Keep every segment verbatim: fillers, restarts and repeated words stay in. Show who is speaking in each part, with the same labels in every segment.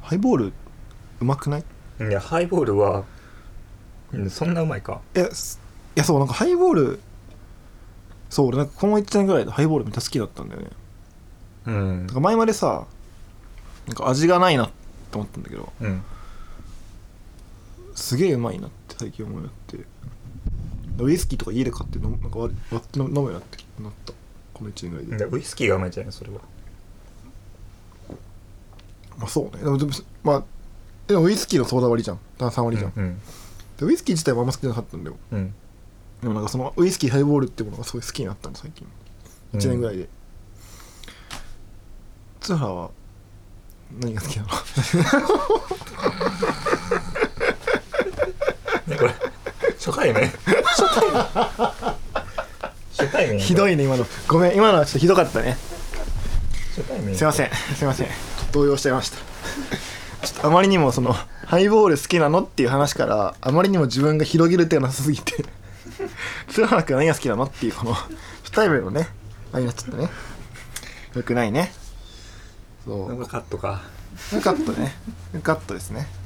Speaker 1: ハイボールうまくない？
Speaker 2: いやハイボールは、うん、そんなうまいか。
Speaker 1: いやいやそうなんかハイボールそう俺なんかこのいちねんぐらいでハイボールめっちゃ好きだったんだよね。
Speaker 2: うん
Speaker 1: だから前までさなんか味がないなって思ったんだけど、
Speaker 2: うん、
Speaker 1: すげえうまいなって最近思うようになって、ウイスキーとか家で買って飲むなんか割って飲むようになってなったこのいちねんぐらいで。
Speaker 2: でウイスキーがうまいんじゃないそれは。
Speaker 1: まあそうね。でもでもまあでもウイスキーのソーダ割りじゃん。炭酸割りじゃん。
Speaker 2: うん、
Speaker 1: でウイスキー自体はあんま好きじゃなかったんだよ。
Speaker 2: うん、
Speaker 1: でもなんかそのウイスキーハイボールってものがすごい好きになったの最近。いちねんぐらいで。津原は何が好きなの？
Speaker 2: ねこれ初対面初対面初対面
Speaker 1: ひどいね今の。ごめん今のはちょっとひどかったね。
Speaker 2: 初対面
Speaker 1: すいませんすいません動揺しちゃいました。ちょっとあまりにもそのハイボール好きなのっていう話からあまりにも自分が広げる手がなさすぎて津原君何が好きなのっていうこの初対面のねあれになっちゃったね。よくないね。そう
Speaker 2: なんかカットか。
Speaker 1: カットねカットですね。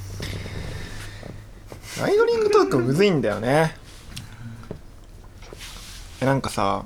Speaker 1: アイドリングトークむずいんだよね。えなんかさ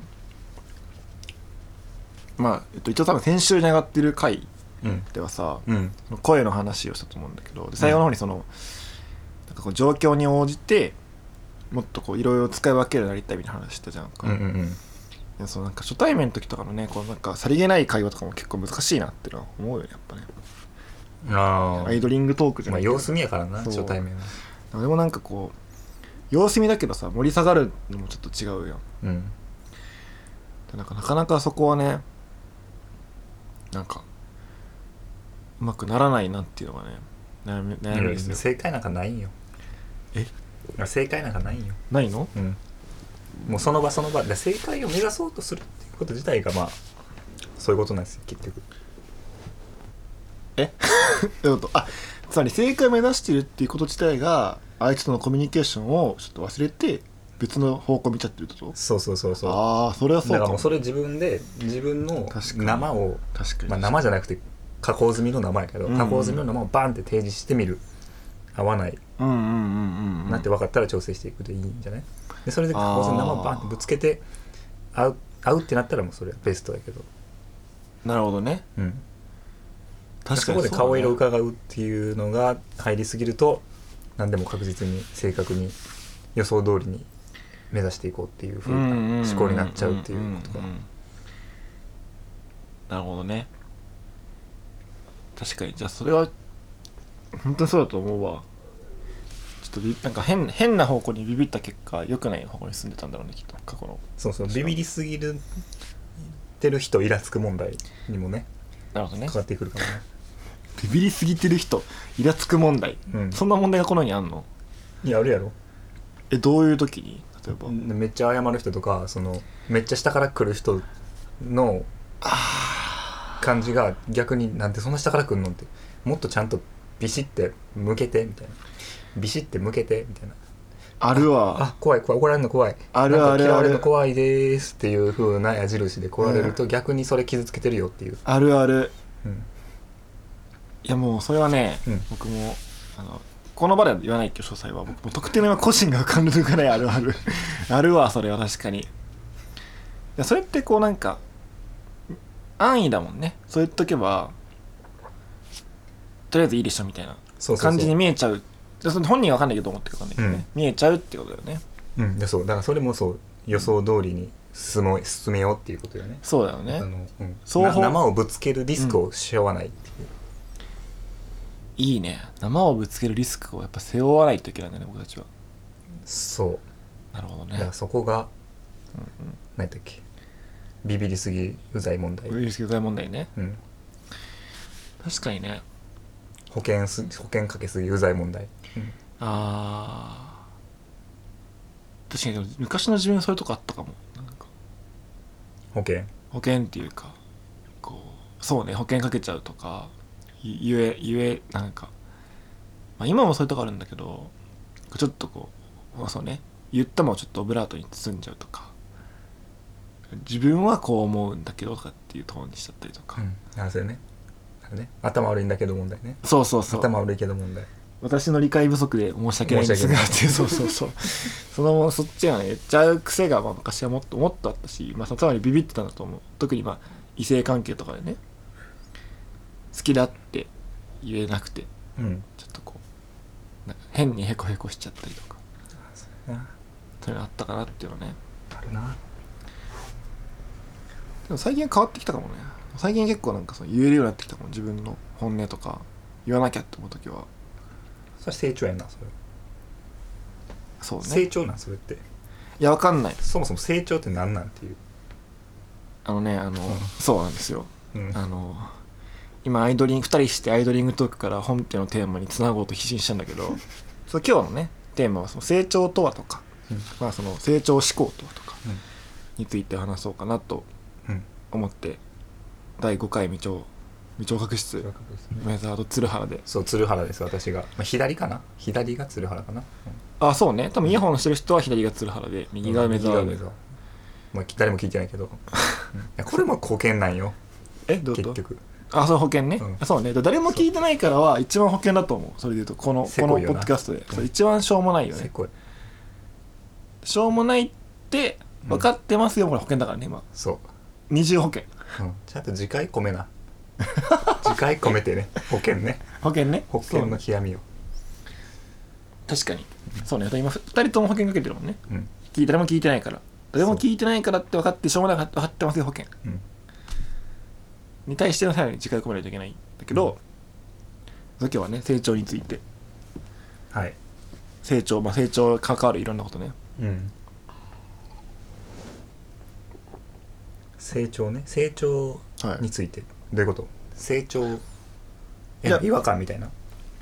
Speaker 1: まあ、えっと、一応多分先週に上がってる回ではさ、
Speaker 2: うん、
Speaker 1: 声の話をしたと思うんだけど最後の方にその、うん、なんかこう状況に応じてもっとこういろいろ使い分けるようになりたいみたいな話したじゃんか、
Speaker 2: うんうんうん、い
Speaker 1: やそうなんか初対面の時とかのねこうなんかさりげない会話とかも結構難しいなってのは思うよねやっぱね。
Speaker 2: あ
Speaker 1: アイドリングトークじゃないけど、
Speaker 2: まあ、様子見やからな初対面は。
Speaker 1: でもなんかこう様子見だけどさ盛り下がるのもちょっと違うやん。
Speaker 2: うん、
Speaker 1: でなんかなかなかそこはねなんかうまくならないなっていうのがね悩み悩みですよ。
Speaker 2: 正解なんかないんよ。
Speaker 1: え
Speaker 2: 正解なんかないんよ。
Speaker 1: ないの？
Speaker 2: うん、もうその場その場で正解を目指そうとするっていうこと自体がまあそういうことなんですよ結局。
Speaker 1: えどういうこと？あつまり正解を目指してるっていうこと自体があいつとのコミュニケーションをちょっと忘れて別の方向見ちゃってるってこと？
Speaker 2: そうそうそうそう。
Speaker 1: ああそれはそうかも。
Speaker 2: だからもうそれ自分で自分の生を
Speaker 1: 確かに、
Speaker 2: まあ、生じゃなくて加工済みの生やけど、うんうん、加工済みの生をバンって提示してみる。合わない、
Speaker 1: うんうんうんうんうん、
Speaker 2: なって分かったら調整していくでいいんじゃない？でそれで加工済みの生をバンってぶつけて合う、合うってなったらもうそれはベストやけど。
Speaker 1: なるほどね。
Speaker 2: うん。
Speaker 1: 確かに
Speaker 2: そこで顔色を伺うっていうのが入りすぎると何でも確実に正確に予想通りに目指していこうっていう風な思考になっちゃうっていうことか
Speaker 1: な。なるほどね。確かにじゃあそれは本当にそうだと思うわ。ちょっとなんか 変, 変な方向にビビった結果良くない方向に進んでたんだろうねきっと過去の。
Speaker 2: そうそうビビりすぎるてる人イラつく問題にもね。
Speaker 1: なるほどね。
Speaker 2: かかってくるかもね。
Speaker 1: ビビりすぎてる人イラつく問題、うん、そんな問題がこの世にあんの？
Speaker 2: いやあるやろ。
Speaker 1: えどういう時に例えば
Speaker 2: めっちゃ謝る人とかそのめっちゃ下から来る人の感じが逆になんでそんな下から来るのってもっとちゃんとビシッて向けてみたいなビシッて向けてみたいな
Speaker 1: あるわ。
Speaker 2: あ怖い怖い怒られるの怖い
Speaker 1: あるあるある
Speaker 2: 嫌われるの怖いですっていう風な矢印で来られると逆にそれ傷つけてるよっていう、うん、
Speaker 1: あるある、
Speaker 2: うん、
Speaker 1: いやもうそれはね、うん、僕もあのこの場では言わないけど詳細は僕も特定の個人が浮かんでるぐらいあるあるあるわそれは確かに。いやそれってこうなんか安易だもんね。そう言っとけばとりあえずいいでしょみたいな感じに見えちゃう。そうそうそう本人は分かんないけどどう思ってるか分かんないけどね、うん、見えちゃうってことだよね。
Speaker 2: うんでそうだからそれもそう予想通りに進も進めようっていうことよね。
Speaker 1: そうだよね。
Speaker 2: あの、うん、生をぶつけるリスクを背負わないっていう、
Speaker 1: うん、いいね。生をぶつけるリスクをやっぱ背負わないといけないんだね僕たちは。
Speaker 2: そう
Speaker 1: なるほどね。
Speaker 2: だからそこが、
Speaker 1: うんうん、
Speaker 2: 何だっけビビりすぎうざい問題。
Speaker 1: ビビりすぎうざい問題ね、
Speaker 2: うん、
Speaker 1: 確かにね。
Speaker 2: 保険す保険かけすぎうざい問題、うん、
Speaker 1: あー確かに昔の自分はそういうとこあったかも。なんか
Speaker 2: 保険
Speaker 1: 保険っていうかこうそうね保険かけちゃうとかゆえゆえなんか、まあ、今もそういうとこあるんだけどちょっとこう、まあ、そうね言ったもちょっとオブラートに包んじゃうとか自分はこう思うんだけどとかっていうトーンにしちゃったりとか、
Speaker 2: うん、あそれねからね。頭悪いんだけど問題ね。
Speaker 1: そうそうそう、
Speaker 2: 頭悪いけど問題。
Speaker 1: 私の理解不足で申し訳ないんですがっていうそうそうそうそのそっちはね言っちゃう癖がまあ昔はもっともっとあったし、まあ、つまりビビってたんだと思う。特にまあ異性関係とかでね好きだって言えなくて
Speaker 2: うん
Speaker 1: ちょっとこうなんか変にヘコヘコしちゃったりとか
Speaker 2: そうやな。
Speaker 1: そういうのあったかなっていうのね。
Speaker 2: あるな。
Speaker 1: でも最近変わってきたかもね。最近結構なんかその言えるようになってきたかも。自分の本音とか言わなきゃって思う時は。
Speaker 2: それ成長やんなそれ。
Speaker 1: そうね。
Speaker 2: 成長なんそれって。
Speaker 1: いやわかんない。
Speaker 2: そもそも成長って何なんっていう。
Speaker 1: あのねあの、
Speaker 2: ん
Speaker 1: そうなんですよ。
Speaker 2: うん
Speaker 1: あの今アイドリングふたりしてアイドリングトークから本編のテーマにつなごうと必死にしたんだけどそう今日のねテーマはその成長とはとか、
Speaker 2: うん
Speaker 1: まあその成長志向とはとか
Speaker 2: うん
Speaker 1: について話そうかなと
Speaker 2: うん
Speaker 1: 思ってだいごかい未聴未聴覚室メザード鶴原で、
Speaker 2: そう鶴原です私が、まあ、左かな左が鶴原かな、
Speaker 1: あそうね多分イヤホンしてる人は左が鶴原で右がメザード、
Speaker 2: 右がまあ、誰も聞いてないけど、うんいやこれも保険なんよ
Speaker 1: えどういうこと
Speaker 2: 結局。
Speaker 1: あそう保険ね、
Speaker 2: うん
Speaker 1: そうね誰も聞いてないからは一番保険だと思う。それで言うとこのこのポ
Speaker 2: せこいよな
Speaker 1: ッドキャストで、そう一番しょうもないよね。
Speaker 2: せこい。
Speaker 1: しょうもないって分かってますよ、これ保険だからね今
Speaker 2: そう、
Speaker 1: 二重保険
Speaker 2: うん、ちゃんと次回込めな次回込めてね保険ね
Speaker 1: 保険ね
Speaker 2: 保険の極みを。
Speaker 1: 確かにそうね今ふたりとも保険かけてるもんね。
Speaker 2: うん
Speaker 1: 聞い誰も聞いてないから誰も聞いてないからって分かってしょうもない分かってますよ保険
Speaker 2: うん
Speaker 1: に対しての最後に次回込めないといけないんだけど、うん、今日はね成長について
Speaker 2: はい
Speaker 1: 成長まあ成長関わるいろんなことね。
Speaker 2: うん成長ね成長について、どういうこと成長いや
Speaker 1: いや
Speaker 2: 違和感みたいな。
Speaker 1: い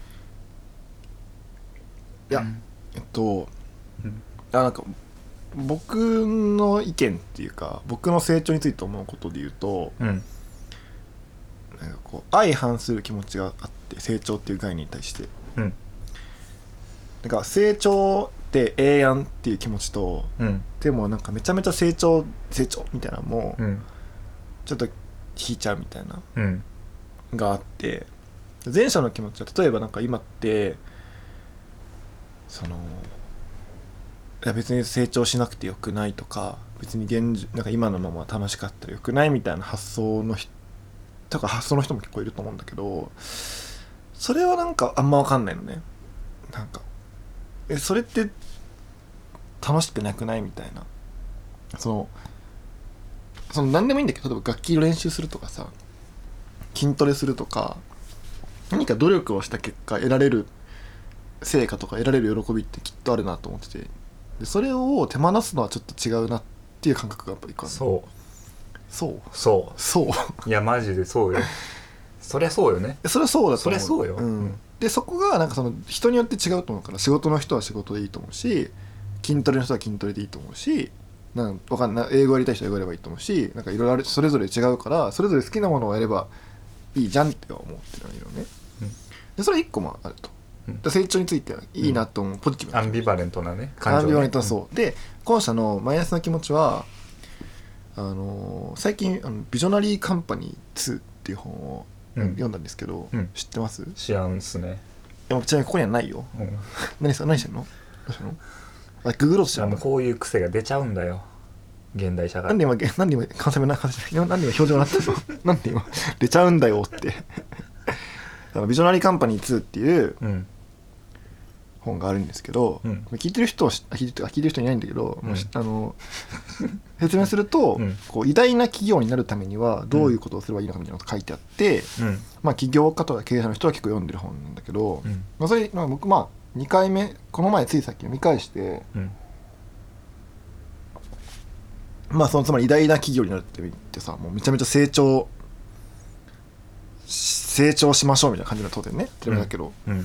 Speaker 1: や、
Speaker 2: うん
Speaker 1: えっと
Speaker 2: うん
Speaker 1: あなんか僕の意見っていうか僕の成長について思うことで言うと
Speaker 2: うん
Speaker 1: なんかこう相反する気持ちがあって成長っていう概念に対して
Speaker 2: うん
Speaker 1: なんか成長ってええやんっていう気持ちと
Speaker 2: うん
Speaker 1: でもなんかめちゃめちゃ成長成長みたいなのも
Speaker 2: うん
Speaker 1: ちょっと引いちゃうみたいな
Speaker 2: うん
Speaker 1: があって前者の気持ちは例えばなんか今ってそのいや別に成長しなくてよくないとか別に現なんか今のまま楽しかったらよくないみたいな発想の人とか発想の人も結構いると思うんだけどそれはなんかあんま分かんないのね。なんかえそれって楽しくなくないみたいなそのその何でもいいんだけど例えば楽器の練習するとかさ筋トレするとか何か努力をした結果得られる成果とか得られる喜びってきっとあるなと思っててでそれを手放すのはちょっと違うなっていう感覚がやっぱりある。
Speaker 2: そう
Speaker 1: そう
Speaker 2: そ
Speaker 1: そう
Speaker 2: ういやマジでそうよそりゃそうよね。
Speaker 1: それはそうだと思う。
Speaker 2: そりゃそうよ
Speaker 1: うん、でそこがなんかその人によって違うと思うから仕事の人は仕事でいいと思うし筋トレの人は筋トレでいいと思うしなんわかんない英語やりたい人は英語やればいいと思うしなんかいろいろあるそれぞれ違うからそれぞれ好きなものをやればいいじゃんって思ってるのね、うん、でそれいっこもあると、うん、成長についてはいいなと思う、うん、ポジティブな
Speaker 2: アンビバレントなね感情ね。
Speaker 1: アンビバレントはそう、うん、で後者のマイナスな気持ちはあのー、最近あのビジョナリーカンパニーツーっていう本を読んだんですけど、うん、知ってます？
Speaker 2: 知らんっすね。
Speaker 1: いやちなみにここにはないよ、うん、何さ何してんの？どうしたの？あググろうとしてるの？
Speaker 2: こういう癖が出ちゃうんだよ現代社会。
Speaker 1: なんで今なんで今関西弁な感じでなんで今表情になってるの？なんで今出ちゃうんだよってビジョナリーカンパニーツーっていう本があるんですけど、うん、聞いてる人は聞いてる聞いてる人いないんだけど、うん、あの説明すると、うん、こう偉大な企業になるためにはどういうことをすればいいのかみたいなことが書いてあって、うんまあ、起業家とか経営者の人は結構読んでる本なんだけど、うんまあ、それ、まあ、僕まあにかいめこの前ついさっき読み返して、うんまあそのつまり偉大な企業になるって言ってさもうめちゃめちゃ成長成長しましょうみたいな感じの当然ね当たり前だけど、うんうん、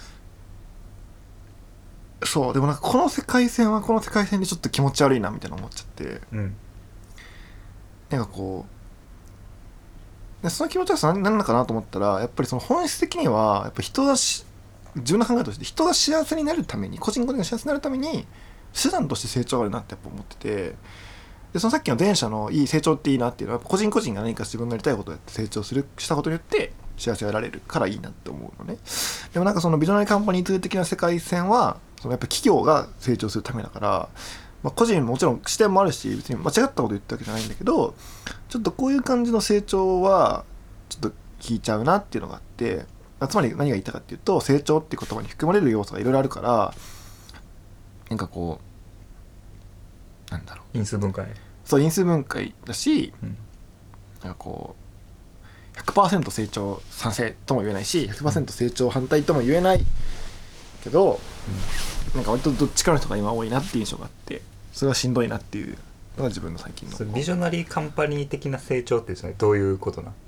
Speaker 1: そうでもなんかこの世界線はこの世界線でちょっと気持ち悪いなみたいな思っちゃって、うん、なんかこうでその気持ち悪さ何なのかなと思ったらやっぱりその本質的にはやっぱ人がし自分の考えとして人が幸せになるために個人個人が幸せになるために手段として成長があるなってやっぱ思っててでそのさっきの前者のいい成長っていいなっていうのは個人個人が何か自分のやりたいことをやって成長するしたことによって幸せを得られるからいいなって思うのね。でもなんかそのビジョナリーカンパニーツー的な世界線はそのやっぱ企業が成長するためだから、まあ、個人ももちろん視点もあるし別に間違ったこと言ったわけじゃないんだけど、ちょっとこういう感じの成長はちょっと引いちゃうなっていうのがあって、つまり何が言いたかっていうと、成長っていう言葉に含まれる要素がいろいろあるから、なんかこうなんだろう、
Speaker 2: 因数分解、
Speaker 1: そう因数分解だし、
Speaker 2: うん、
Speaker 1: なんかこう ひゃくパーセント 成長賛成とも言えないし ひゃくパーセント 成長反対とも言えないけど、うん、なんか割とどっちかの人が今多いなっていう印象があって、それはしんどいなっていうのが自分の最近の。
Speaker 2: ビジョナリーカンパニー的な成長ってどういうことな？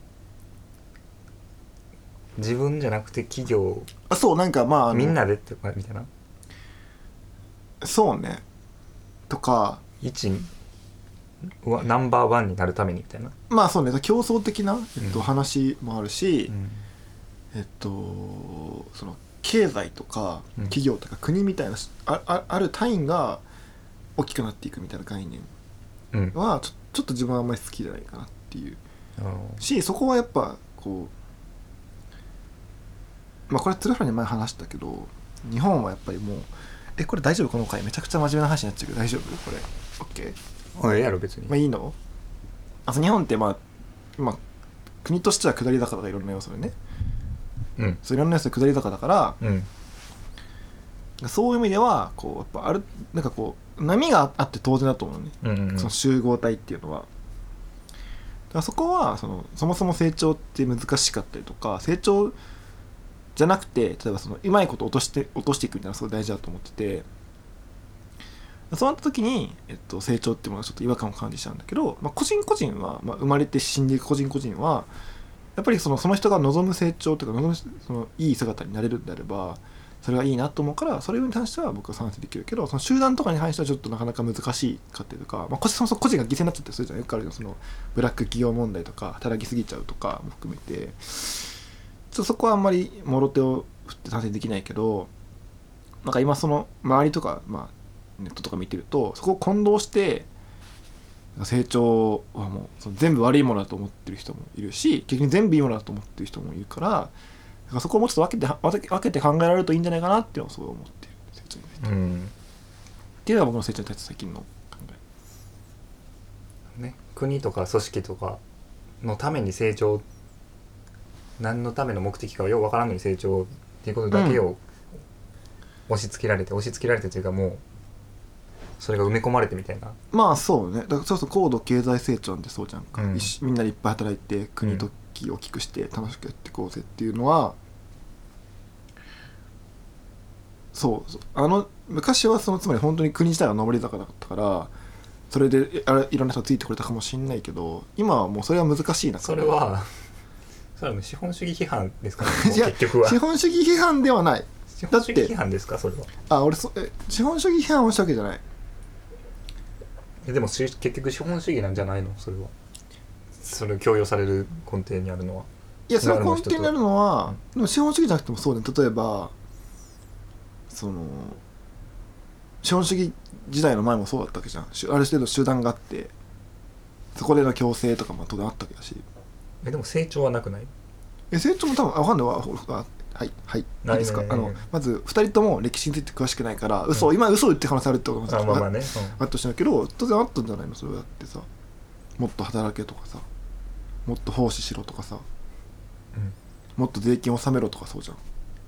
Speaker 2: 自分じゃなくて企業、
Speaker 1: あ、そうなんかまあ
Speaker 2: みんなでってみたいな、
Speaker 1: そうねとか
Speaker 2: 一ナンバーワンになるためにみたいな、
Speaker 1: まあそうね、競争的な、えっと、話もあるし、
Speaker 2: うん、
Speaker 1: えっとその経済とか企業とか国みたいな、うん、あ, あ, ある単位が大きくなっていくみたいな概念はちょ、ちょっと自分はあんまり好きじゃないかなっていう、うん、し、そこはやっぱこう、まあこれ鶴原に前話したけど、日本はやっぱりもう、えこれ大丈夫、この回めちゃくちゃ真面目な話になっちゃうけど大丈夫これ OK？
Speaker 2: あ、ええやろ別に。
Speaker 1: まあいいの？あ、日本ってまあ、まあ、国としては下り坂とかいろんな要素でね、
Speaker 2: うん、
Speaker 1: そういろんな要素で下り坂だから、
Speaker 2: うん、
Speaker 1: そういう意味ではこうやっぱあるなんかこう波があって当然だと思うのね、
Speaker 2: うんうんうん、
Speaker 1: その集合体っていうのは。だからそこはそのそもそも成長って難しかったりとか、成長じゃなくて例えばそのうまいこと落として落としていくみたいなのがすごい大事だと思ってて、そうなった時に、えっと、成長っていうものはちょっと違和感を感じちゃうんだけど、まあ、個人個人は、まあ、生まれて死んでいく個人個人はやっぱりそのその人が望む成長というか望むそのいい姿になれるんであればそれがいいなと思うから、それに関しては僕は賛成できるけど、その集団とかに関してはちょっとなかなか難しいかっていうか、まあ、そもそも個人が犠牲になっちゃったりするじゃん。よくあるのそのブラック企業問題とか働きすぎちゃうとかも含めて、ちょっとそこはあんまりもろ手を振って賛成できないけど、なんか今その周りとか、まあネットとか見てるとそこを混同して成長はもうその全部悪いものだと思ってる人もいるし、結局全部いいものだと思ってる人もいるから、だからそこをもうちょっと分けて分けて考えられるといいんじゃないかなっていうのをすごい思っている、成長について、うん、っていうのが僕の成長に対して最近の考
Speaker 2: え、ね、国とか組織とかのために成長、何のための目的かはよく分からんのに成長っていうことだけを押し付けられて、うん、押し付けられてというかもうそれが埋め込まれてみたいな。
Speaker 1: まあそうね、だからそうそう高度経済成長ってそうじゃんか、うん、みんなでいっぱい働いて国と企業を大きくして楽しくやっていこうぜっていうのは、うん、そうあの昔はそのつまり本当に国自体が上り坂だったからそれであれいろんな人がついてくれたかもしれないけど、今はもうそれは難しいな。
Speaker 2: それはそれは資本主義批判ですかね結局は。
Speaker 1: 資本主義批判ではない。
Speaker 2: 資本主義批判ですかそれは。
Speaker 1: あ、俺そえ資本主義批判をしたわけじゃない。
Speaker 2: でも結局資本主義なんじゃないのそれは。それを強要される根底にあるのは。
Speaker 1: いやそれ根底にあるのは、うん、でも資本主義じゃなくてもそうね。例えばその資本主義時代の前もそうだったわけじゃん。ある程度集団があってそこでの強制とかも当然あったわけだし。
Speaker 2: えでも成長はなくない？
Speaker 1: え成長も多分わかんないわ。はいはいいいですか。あのまずふたりとも歴史について詳しくないから嘘、うん、今嘘を言って話あるってことも
Speaker 2: あまあまあね、うん、
Speaker 1: あったとしたんだけど当然あったんじゃないのそれだってさ、もっと働けとかさもっと奉仕しろとかさ、うん、もっと税金を納めろとかそうじゃん。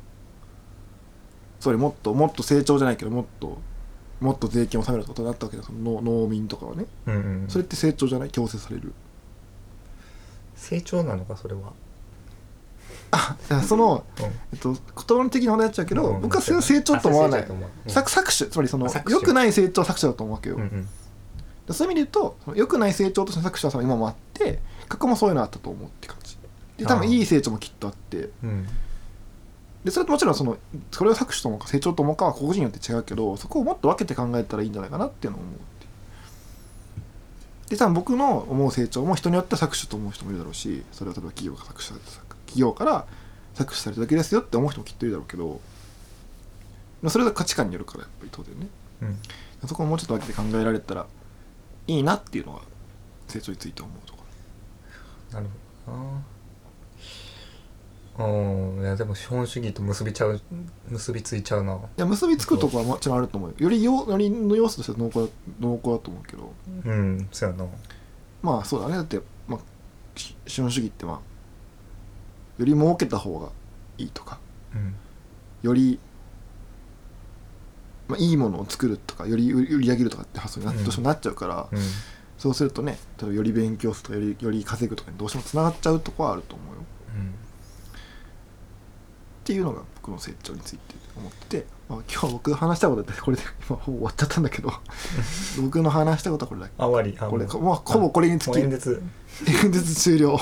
Speaker 1: それもっともっと成長じゃないけどもっともっと税金を納めろってことになったわけだ。その農民とかはね、うんうんうん、それって成長じゃない？強制される
Speaker 2: 成長なのかそれは。
Speaker 1: あその、うんえっと、言葉の的な話になっちゃうけど、うん、僕はそれは成長と思わない、うん、搾取つまりその良くない成長は搾取だと思うわけよ、うんうん、そういう意味で言うと良くない成長としての搾取は今もあって過去もそういうのあったと思うって感じで、多分いい成長もきっとあって、うん、でそれともちろんそのそれを搾取と思うか成長と思うかは個人によって違うけど、そこをもっと分けて考えたらいいんじゃないかなっていうのを思うっていう。で多分僕の思う成長も人によっては搾取と思う人もいるだろうし、それは例えば企業が搾取された企業から搾取されただけですよって思う人もきっといるだろうけど、それが価値観によるからやっぱり当然ね、うん、そこをもうちょっと分けて考えられたらいいなっていうのが成長について思うところ。
Speaker 2: なるほどな。 うんいやでも資本主義と結びちゃう結びついちゃうな。
Speaker 1: いや結びつくとこはもちろんあると思うよ。よりよよりの要素としては濃厚だ濃厚だと思うけど、
Speaker 2: うんそうやな。
Speaker 1: まあそうだね。だって、まあ、し資本主義ってまあより儲けた方がいいとか、
Speaker 2: うん
Speaker 1: より、まあ、いいものを作るとかより売り上げるとかって発想にな,、
Speaker 2: うん
Speaker 1: どうしてもなっちゃうから、
Speaker 2: うん
Speaker 1: そうするとね、例えばより勉強するとかよりより稼ぐとかにどうしてもつながっちゃうとこはあると思うよ。っていうのが僕の成長について思ってて、まあ、今日僕が話したことってこれで今ほぼ終わっちゃったんだけど僕の話したことはこれだけ。
Speaker 2: あ終わりあ
Speaker 1: これ
Speaker 2: もう
Speaker 1: まあほぼこれにつき
Speaker 2: もう演説
Speaker 1: 演説終了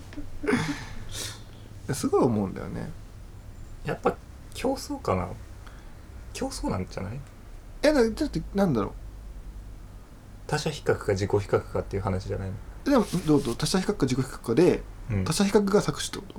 Speaker 1: すごい思うんだよね。
Speaker 2: やっぱ競争かな。競争なんじゃない。
Speaker 1: えだだってなんだろ
Speaker 2: 他者比較か自己比較かっていう話じゃないの。
Speaker 1: う。でもどうぞ他者比較か自己比較かで、
Speaker 2: うん、
Speaker 1: 他者比較が搾取ってこと？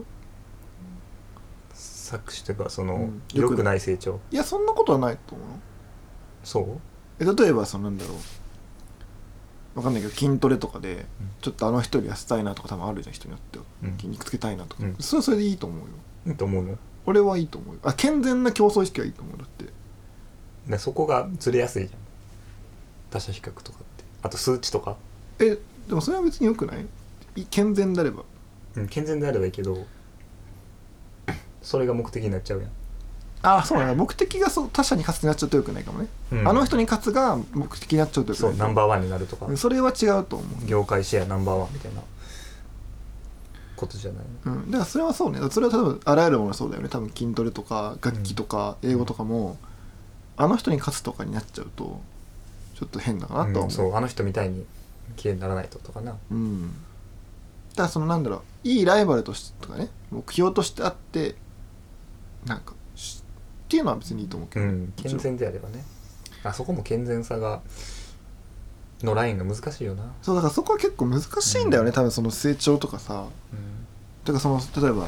Speaker 2: 搾取というかその、うん、
Speaker 1: 良く
Speaker 2: 良くない成長。
Speaker 1: いやそんなことはないと思うの。
Speaker 2: そう
Speaker 1: え例えばそのなんだろうわかんないけど筋トレとかで、うん、ちょっとあの人より痩せたいなとか多分あるじゃん人によっては、うん、筋肉つけたいなとか、うん、それはそれでいいと思うよ。
Speaker 2: いいと思うの。
Speaker 1: 俺はいいと思うよ。あ健全な競争意識はいいと思う。だって
Speaker 2: でそこがずれやすいじゃん他者比較とかって。あと数値とか。
Speaker 1: えでもそれは別に良くない？健全であれば、
Speaker 2: うん、健全であればいいけどそれが目的になっちゃうやん。
Speaker 1: ああそうだね。目的がそう他者に勝つになっちゃうと良くないかもね、うん、あの人に勝つが目的になっちゃうと良くない。
Speaker 2: そうナンバーワンになるとか
Speaker 1: それは違うと思う。
Speaker 2: 業界シェアナンバーワンみたいなことじゃない、
Speaker 1: うん、だからそれはそうね。それは多分あらゆるものそうだよね。多分筋トレとか楽器とか英語とかも、うん、あの人に勝つとかになっちゃうとちょっと変だなとは思う、
Speaker 2: うん、そうあの人みたいに綺麗にならないととかな。
Speaker 1: うんだからそのなんだろういいライバルとしてとかね目標としてあってなんかっていうのは別にいいと思うけど、
Speaker 2: うん、健全であればね。あそこも健全さがのラインが難しいよな。
Speaker 1: そうだからそこは結構難しいんだよね、うん、多分その成長とかさ、うん、だからその例えば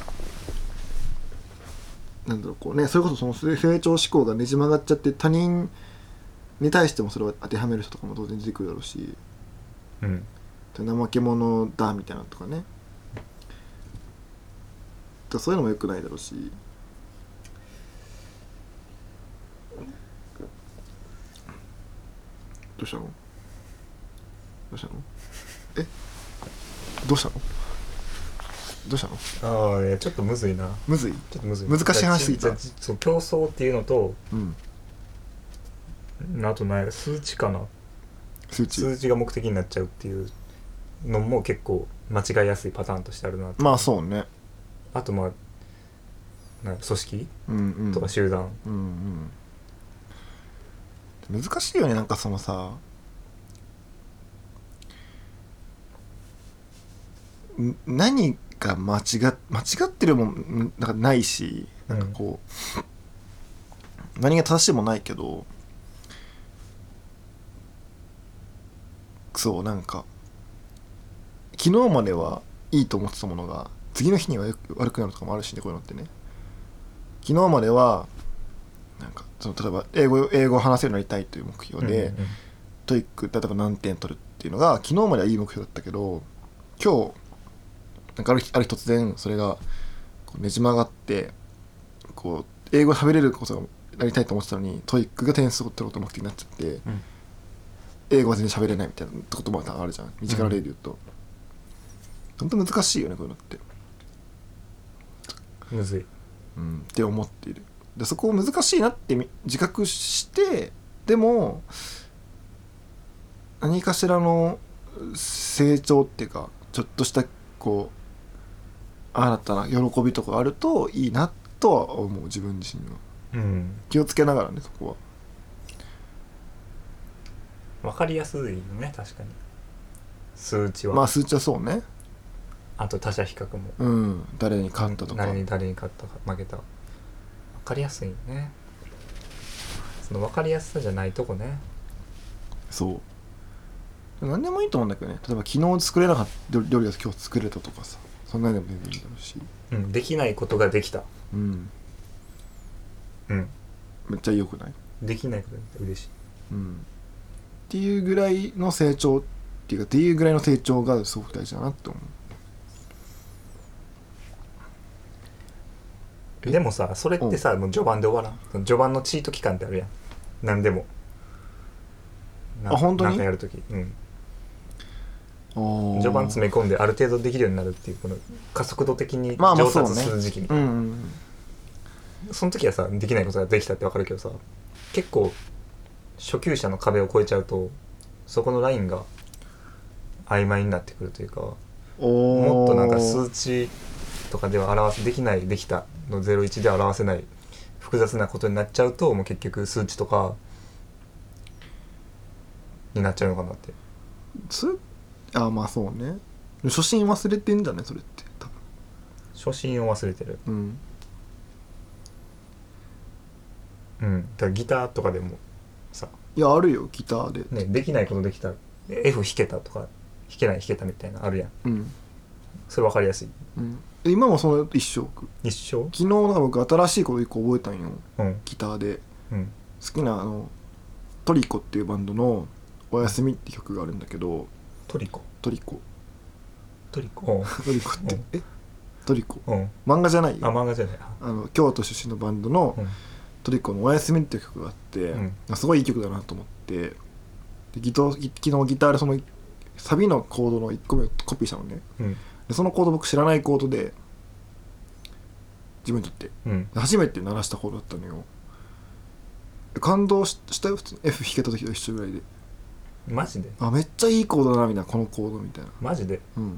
Speaker 1: なんだろうこうねそれこそその成長志向がねじ曲がっちゃって他人に対してもそれを当てはめる人とかも当然出てくるだろうし、うん、怠け者だみたいなとかねだそういうのも良くないだろうし。どうしたのどうしたのえどうしたのどうしたの。
Speaker 2: ああいやちょっとむずいな。
Speaker 1: むずい
Speaker 2: ちょっとむずい
Speaker 1: 難しい話すぎた。
Speaker 2: そう競争っていうのと、
Speaker 1: うん、
Speaker 2: あと何や数値かな。
Speaker 1: 数値
Speaker 2: 数値が目的になっちゃうっていうのも結構間違いやすいパターンとしてあるな。
Speaker 1: まあそうね。
Speaker 2: あとまあな組織、
Speaker 1: うんうん、
Speaker 2: とか集団、
Speaker 1: うんうん、難しいよね。なんかそのさ何が間違っ間違ってるもんなんかないしなんかこう、うん、何が正しいもないけどそうなんか昨日まではいいと思ってたものが次の日には悪くなるとかもあるしねこういうのってね。昨日まではなんかその例えば英語英語を話せるようになりたいという目標で、うんうんうん、トイック例えば何点取るっていうのが昨日まではいい目標だったけど今日なんかある日ある日突然それがこうねじ曲がってこう英語喋れることがなりたいと思ってたのにトイックが点数を取ることが目的になっちゃって、うん、英語は全然喋れないみたいなこともあるじゃん身近な例で言うと、うん、本当難しいよねこういうのって。
Speaker 2: むずい、
Speaker 1: うん、って思っている。でそこを難しいなって自覚してでも何かしらの成長っていうかちょっとしたこう新たな喜びとかあるといいなとは思う自分自身は、うん、気をつけながらねそこ
Speaker 2: は。分かりやすいよね確かに数値は。
Speaker 1: まあ数値はそうね。
Speaker 2: あと他者比較も、
Speaker 1: うん、誰に勝ったとか
Speaker 2: 誰に誰に勝ったか負けた分かりやすいよね。その分かりやすさじゃないとこね。
Speaker 1: そう何でもいいと思うんだけどね。例えば昨日作れなかった料理が今日作れたとかさそんなのでも全然いいだろうし、
Speaker 2: うん、できないことができた。うん
Speaker 1: うんめっちゃ良くない？
Speaker 2: できないことが嬉しい、
Speaker 1: うん、っていうぐらいの成長っていうかっていうぐらいの成長がすごく大事だなって思う。
Speaker 2: でもさそれってさ、もう序盤で終わらん。その序盤のチート期間ってあるやん。何でもな
Speaker 1: あ本当に
Speaker 2: なんかやるとき、うん
Speaker 1: あー
Speaker 2: 序盤詰め込んである程度できるようになるっていうこの加速度的に
Speaker 1: まあまあ
Speaker 2: 上
Speaker 1: そうね
Speaker 2: 達する時期みたいな、
Speaker 1: うんうん
Speaker 2: その時はさできないことができたって分かるけどさ、結構初級者の壁を越えちゃうとそこのラインが曖昧になってくるというか、
Speaker 1: お
Speaker 2: もっとなんか数値とかでは表せできないできたのゼロイチでは表せない複雑なことになっちゃうと、もう結局数値とかになっちゃうのかなって。
Speaker 1: それあまあそうね初心忘れてんだねそれって多分
Speaker 2: 初心を忘れてる。
Speaker 1: うん
Speaker 2: うんだからギターとかでもさ、
Speaker 1: いやあるよギターで
Speaker 2: ね、できないことできた F 弾けたとか弾けない弾けたみたいなあるやん。
Speaker 1: うん
Speaker 2: それ分かりやすい。
Speaker 1: うん今もその一緒
Speaker 2: 一緒。
Speaker 1: 昨日なんか僕新しいこと一個覚えたんよ
Speaker 2: うん
Speaker 1: ギターで
Speaker 2: うん
Speaker 1: 好きなあのトリコっていうバンドのおやすみって曲があるんだけど
Speaker 2: トリコ
Speaker 1: トリコ
Speaker 2: トリコ
Speaker 1: トリコってえトリコ
Speaker 2: うんうん
Speaker 1: 漫画じゃないよ
Speaker 2: あ漫画じゃない。
Speaker 1: あの京都出身のバンドの
Speaker 2: うん
Speaker 1: トリコのおやすみっていう曲があって、
Speaker 2: うん
Speaker 1: すごいいい曲だなと思ってでギト昨日ギターでそのサビのコードのいっこめをコピーしたのね。
Speaker 2: うん
Speaker 1: でそのコード僕知らないコードで自分にとって
Speaker 2: うん
Speaker 1: 初めて鳴らしたコードだったのよ。感動ししたよ普通に F 弾けた時と一緒ぐらいで、
Speaker 2: マジで
Speaker 1: あめっちゃいいコードだなみたいなこのコードみたいな。
Speaker 2: マジで
Speaker 1: うん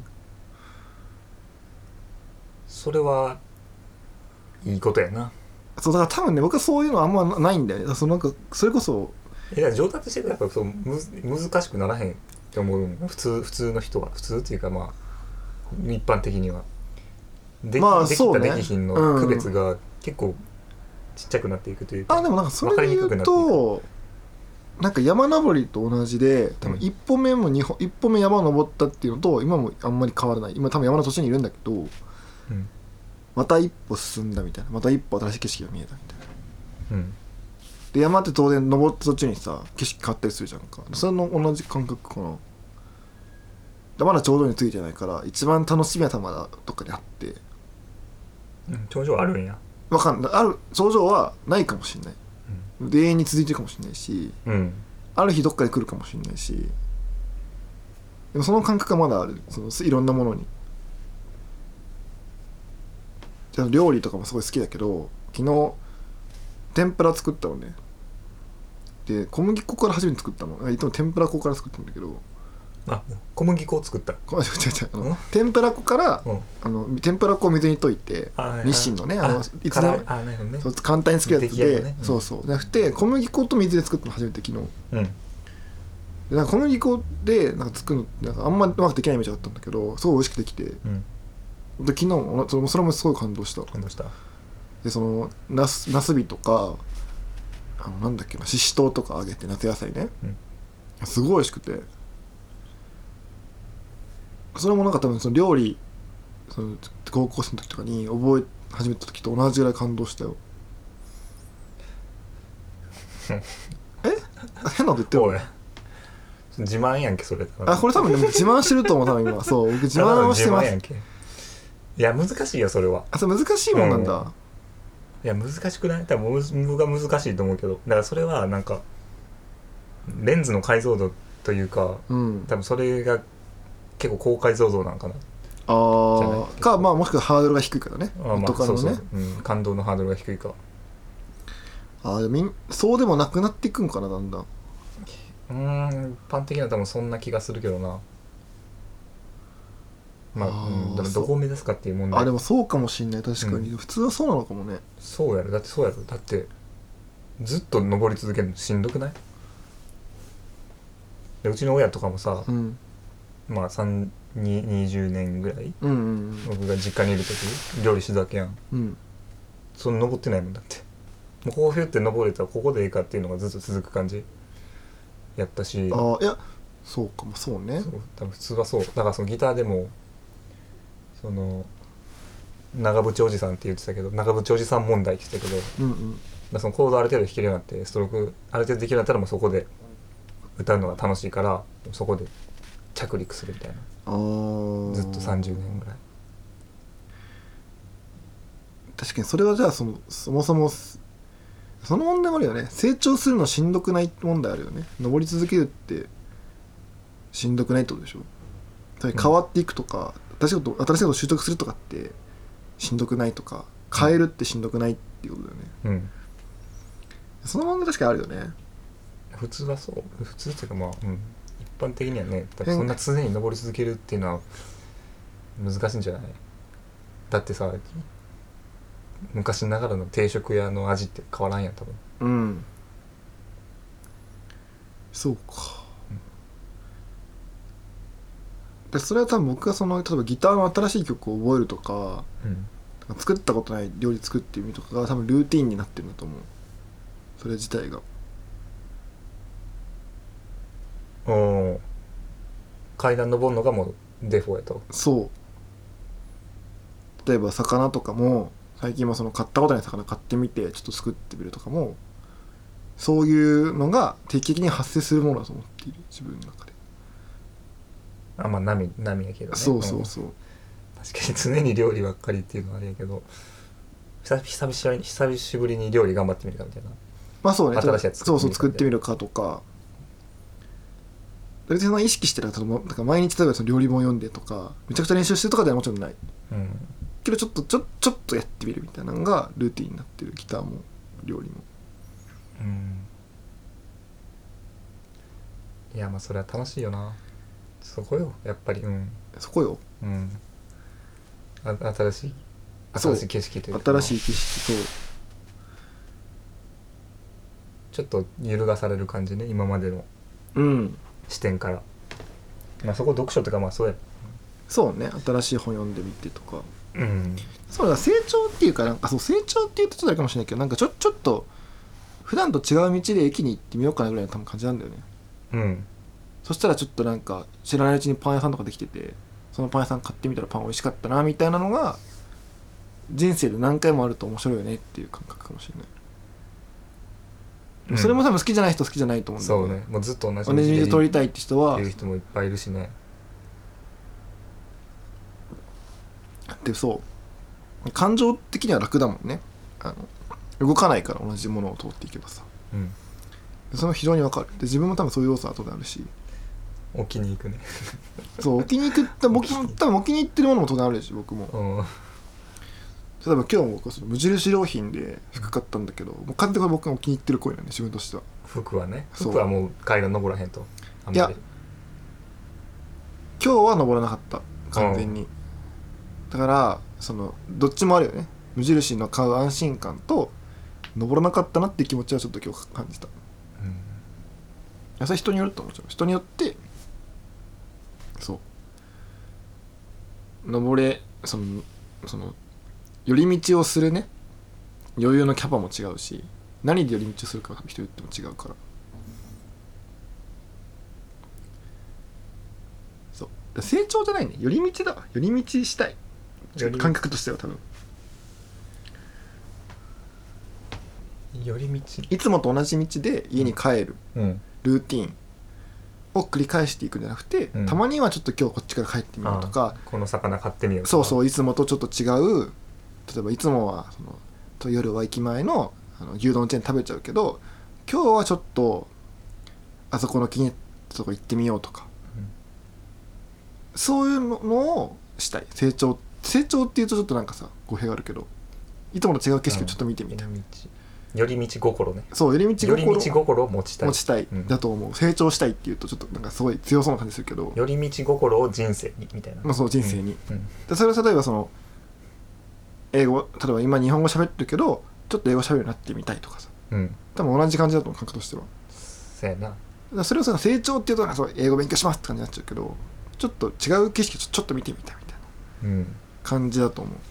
Speaker 2: それはいいことやな。
Speaker 1: そうだから多分ね僕はそういうのあんまないんだよね。だからそのなんかそれこそ
Speaker 2: えだから上達してるとやっぱそうむ難しくならへんって思う。普通普通の人は普通っていうかまあ一般的にはでき,、
Speaker 1: まあ
Speaker 2: でき
Speaker 1: そうね
Speaker 2: たできひんの区別が結構ちっちゃくなっていくというか、
Speaker 1: あでもなんかそれで言う
Speaker 2: 分かりにくくな
Speaker 1: となんか山登りと同じで多分一歩目も二歩、一歩目山を登ったっていうのと今もあんまり変わらない。今多分山の途中にいるんだけど
Speaker 2: うん
Speaker 1: また一歩進んだみたいな、また一歩新しい景色が見えたみたいな。
Speaker 2: うん
Speaker 1: で山って当然登った途中にさ景色変わったりするじゃんか。それの同じ感覚かな。でまだ頂上についてないから一番楽しみは多分まだどっかにあって、
Speaker 2: うん頂上あるんや。
Speaker 1: わかんないある頂上はないかもしれない。永遠に続いてるかもしれないし、
Speaker 2: うん
Speaker 1: ある日どっかで来るかもしれないし、でもその感覚がまだある。そのいろんなものに。じゃあ料理とかもすごい好きだけど昨日天ぷら作ったのね。で小麦粉から初めて作ったの。いつも天ぷら粉から作ってるんだけど、
Speaker 2: あ小麦粉を作った。
Speaker 1: こ違う違う違うあ
Speaker 2: うん
Speaker 1: の天ぷら粉から
Speaker 2: うん
Speaker 1: あの天ぷら粉を水に溶いて
Speaker 2: あ
Speaker 1: 日清のねあのいつでも
Speaker 2: あなるほどね。
Speaker 1: そう簡単に作るやつで、
Speaker 2: 出来上がるねうん
Speaker 1: そうそうじゃなくて小麦粉と水で作ったの初めて昨日。
Speaker 2: うん
Speaker 1: でなんか小麦粉でなんか作るのなんかあんまりうまくできないイメージがあったんだけどすごい美味しくできて、で
Speaker 2: うん
Speaker 1: 昨日もそれもそれもすごい感動した。
Speaker 2: 感動した。
Speaker 1: でそのナスナスビとかあのなんだっけなししとうとか揚げて夏野菜ね、
Speaker 2: うん
Speaker 1: すごい美味しくて、それもなんか多分その料理その高校生の時とかに覚え始めた時と同じぐらい感動したよ。え変なこと言ってる
Speaker 2: おい自慢やんけそれ。
Speaker 1: あこれ多分でも自慢してると思う多分今そう僕自慢をしてます
Speaker 2: 自慢やん。け。いや難しいよそれは。
Speaker 1: あそれ難しいもんなんだ、
Speaker 2: うんいや難しくない？多分無が難しいと思うけど、だからそれはなんかレンズの解像度というか
Speaker 1: うん、
Speaker 2: 多分それが結構高解像度なんかな。
Speaker 1: あ
Speaker 2: じゃない
Speaker 1: あかまあもしくはハードルが低いからね。
Speaker 2: あまあ
Speaker 1: 元カノね
Speaker 2: そうそう、うん、感動のハードルが低いか。
Speaker 1: ああでもみんそうでもなくなっていくんかなだんだん。
Speaker 2: うーん一般的には多分そんな気がするけどな。まあ、
Speaker 1: あー
Speaker 2: うん、でもどこを目指すかっていう問題。
Speaker 1: あでもそうかもしんない確かに、
Speaker 2: う
Speaker 1: 普通はそうなのかもね。
Speaker 2: そうやろ。だってそうやろ。だってずっと登り続けるのしんどくない？でうちの親とかもさ、
Speaker 1: うん
Speaker 2: まあさんににじゅうねんぐらい
Speaker 1: うんうん
Speaker 2: 僕が実家にいる時料理してたわけやん。
Speaker 1: うん
Speaker 2: その登ってないもんだって。もうこうふって登れたらここでいいかっていうのがずっと続く感じやったし。
Speaker 1: ああいやそうかもそうね。
Speaker 2: そう多分普通はそうだからそのギターでもその長渕おじさんって言ってたけど長渕おじさん問題って言ってたけど、だか
Speaker 1: うんうん
Speaker 2: らそのコードある程度弾けるようになってストロークある程度できるようになったらもうそこで歌うのが楽しいからそこで着陸するみたいな。
Speaker 1: ああ
Speaker 2: ずっとさんじゅうねんぐらい。
Speaker 1: 確かにそれはじゃあそのそもそもその問題もあるよね。成長するのしんどくない問題あるよね。登り続けるってしんどくないってことでしょ。変わっていくとか、新しいこと新しいことを習得するとかってしんどくないとか、変えるってしんどくないっていうことだよね。
Speaker 2: うん、
Speaker 1: その問題確かにあるよね。
Speaker 2: 普通はそう普通っていうかまあ、うん、一般的にはね、そんな常に登り続けるっていうのは難しいんじゃない？だってさ、昔ながらの定食屋の味って変わらんやん多分。
Speaker 1: うん、そうか、うん、でそれは多分僕がその例えばギターの新しい曲を覚えるとか、
Speaker 2: うん、
Speaker 1: 作ったことない料理作ってみるとかが多分ルーティーンになってるんだと思う。それ自体が。
Speaker 2: おお、階段登るのがもうデフォやと。
Speaker 1: そう。例えば魚とかも最近もその買ったことない魚買ってみてちょっと作ってみるとかも、そういうのが定期的に発生するものだと思っている、自分の中で。
Speaker 2: あ、まあ波波やけどね。
Speaker 1: そうそうそう、うん、
Speaker 2: 確かに常に料理ばっかりっていうのはあれやけど、久々久々久しぶりに料理頑張ってみるかみたいな。
Speaker 1: まあそうね、
Speaker 2: 新しいやつ
Speaker 1: そうそう作ってみるかとか、別にその意識してるからなんか毎日例えばその料理本読んでとかめちゃくちゃ練習してるとかではもちろんない、
Speaker 2: うん、
Speaker 1: けどちょっとちょちょっとやってみるみたいなのがルーティンになってる、ギターも料理も。
Speaker 2: うん、いやまあそれは楽しいよな、そこよやっぱり。うん、
Speaker 1: そこよ、
Speaker 2: うん、あ新しい新しい景色という
Speaker 1: か、新しい景色と
Speaker 2: ちょっと揺るがされる感じね、今までの視点から、うん、まあそこ読書とかまあそうや、
Speaker 1: そうね、新しい本読んでみてとか、
Speaker 2: うん、
Speaker 1: そうだ、成長っていうかなんかそう成長っていうとちょっとあれかもしれないけど、なんかちょちょっと普段と違う道で駅に行ってみようかなぐらいの多分感じなんだよね。
Speaker 2: うん、
Speaker 1: そしたらちょっとなんか知らないうちにパン屋さんとかできてて、そのパン屋さん買ってみたらパン美味しかったなみたいなのが人生で何回もあると面白いよねっていう感覚かもしれない。うん、それも多分好きじゃない人好きじゃないと思うんだけど、
Speaker 2: そうね、もうずっと同じ
Speaker 1: 同じ道通りたいって人は
Speaker 2: いう人もいっぱいいるしね。
Speaker 1: で、そう感情的には楽だもんね。あの動かないから同じものを通っていけばさ、
Speaker 2: うん、
Speaker 1: それも非常にわかる。で自分も多分そういう要素は後であるし、
Speaker 2: 置きに行くね
Speaker 1: そう置きに行くって僕も多分置きに行ってるものも当然あるし、僕も、うん、例えば今日も僕はその無印良品で服買ったんだけど、もう完全に僕が置きに行ってる行為なんで、自分としては。
Speaker 2: 服はね、服はもう階段登らへんと。あんまり。
Speaker 1: いや今日は登らなかった完全に、うん、だからそのどっちもあるよね。無印の買う安心感と登らなかったなっていう気持ちはちょっと今日感じた。うん、いやそれ人によると思う。人によってそう登れそのその寄り道をするね余裕のキャパも違うし、何で寄り道をするかが人によっても違うから、そう成長じゃないね、寄り道だわ。寄り道したい感覚としては多分
Speaker 2: 寄り道
Speaker 1: いつもと同じ道で家に帰る、
Speaker 2: うん、
Speaker 1: ルーティンを繰り返していくんじゃなくて、うん、たまにはちょっと今日こっちから帰ってみようとか、
Speaker 2: この魚買ってみようとか、
Speaker 1: そうそういつもとちょっと違う、例えばいつもはそのと夜は駅前 の, あの牛丼チェーン食べちゃうけど、今日はちょっとあそこの気に入ったとこ行ってみようとか、うん、そういうのをしたい。成長成長っていうとちょっとなんかさ語弊があるけど、いつもと違う景色をちょっと見てみたい、うん、
Speaker 2: 寄り道心ね。
Speaker 1: そう寄り道心
Speaker 2: 寄り道心を持ちたい
Speaker 1: 持ちたい、うん、だと思う。成長したいっていうとちょっとなんかすごい強そうな感じするけど、
Speaker 2: 寄り道心を人生にみたいな、
Speaker 1: まあ、そう人生に、
Speaker 2: うんうん、
Speaker 1: でそれは例えばその英語、例えば今日本語喋ってるけどちょっと英語喋るようになってみたいとかさ、うん、多分同じ感じだと思う、感覚としては。
Speaker 2: そうやな。だ
Speaker 1: からそれをさ成長っていうとなんかそう英語勉強しますって感じになっちゃうけど、ちょっと違う景色をちょっと見てみたいみたいな感じだと思う、うん、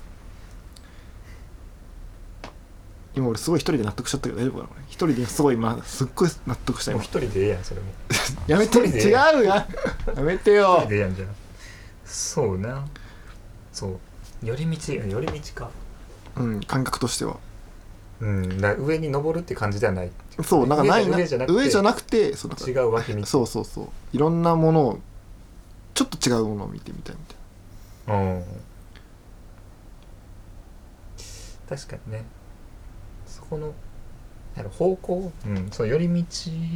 Speaker 1: 今俺すごい一人で納得しちゃったけど大丈夫かな。一人ですごい今すっごい納得した。
Speaker 2: もう一人でええやんそれも
Speaker 1: やめて違うややめてよ。
Speaker 2: 一人でええやんじゃん。そうな、そう寄り道寄り道か、
Speaker 1: うん感覚としては、
Speaker 2: うん、だ上に登るって感じではない。
Speaker 1: そうなんかないな、
Speaker 2: 上じゃなくて
Speaker 1: 上じゃなくてそう
Speaker 2: 違う脇道。
Speaker 1: そうそうそう、いろんなものをちょっと違うものを見てみたいみたいな。うん
Speaker 2: 確かにねそこのやろ方向、うん、その寄り道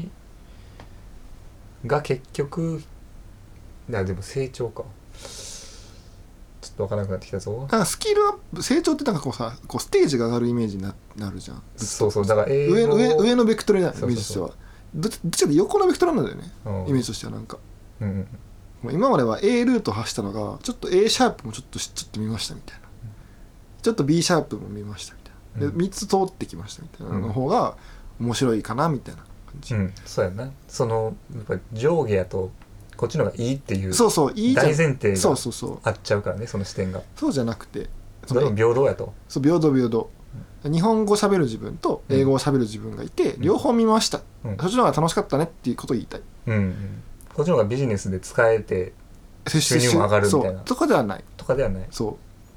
Speaker 2: が結局いやでも成長かちょっと分からなくなってきたぞ。
Speaker 1: なんかスキルアップ成長ってなんかこうさこうステージが上がるイメージに な, なるじゃん。
Speaker 2: そうそうだから英語
Speaker 1: 上の 上, 上のベクトルじゃないイ
Speaker 2: そうそうそう
Speaker 1: メージとしてはどっちどっちかって横のベクトルなんだよね、
Speaker 2: うん
Speaker 1: イメージとしてはなんか
Speaker 2: うんうん
Speaker 1: もう今までは A ルート走ったのがちょっと A シャープもちょっとちょっと見ましたみたいな、ちょっと B シャープも見ましたみたいな、
Speaker 2: うん
Speaker 1: でみっつ通ってきましたみたいなの方が面白いかなみたいな感じ、
Speaker 2: うん、そうやなそのやっぱ上下やとこっちの方がいいっていう
Speaker 1: そうそういいじゃん
Speaker 2: 大前提が
Speaker 1: そうそうそう
Speaker 2: あっちゃうからねその視点が
Speaker 1: そうじゃなくてそ
Speaker 2: それ
Speaker 1: の
Speaker 2: も平等やと
Speaker 1: そう平等平等、日本語喋る自分と英語を喋る自分がいて、
Speaker 2: うん
Speaker 1: 両方見ました、
Speaker 2: うん
Speaker 1: そっちの方が楽しかったねっていうことを言いたい。
Speaker 2: うん、うん、こっちの方がビジネスで使えて
Speaker 1: 収
Speaker 2: 収入も上がるみたいな
Speaker 1: そうとかではない
Speaker 2: とかではない
Speaker 1: そう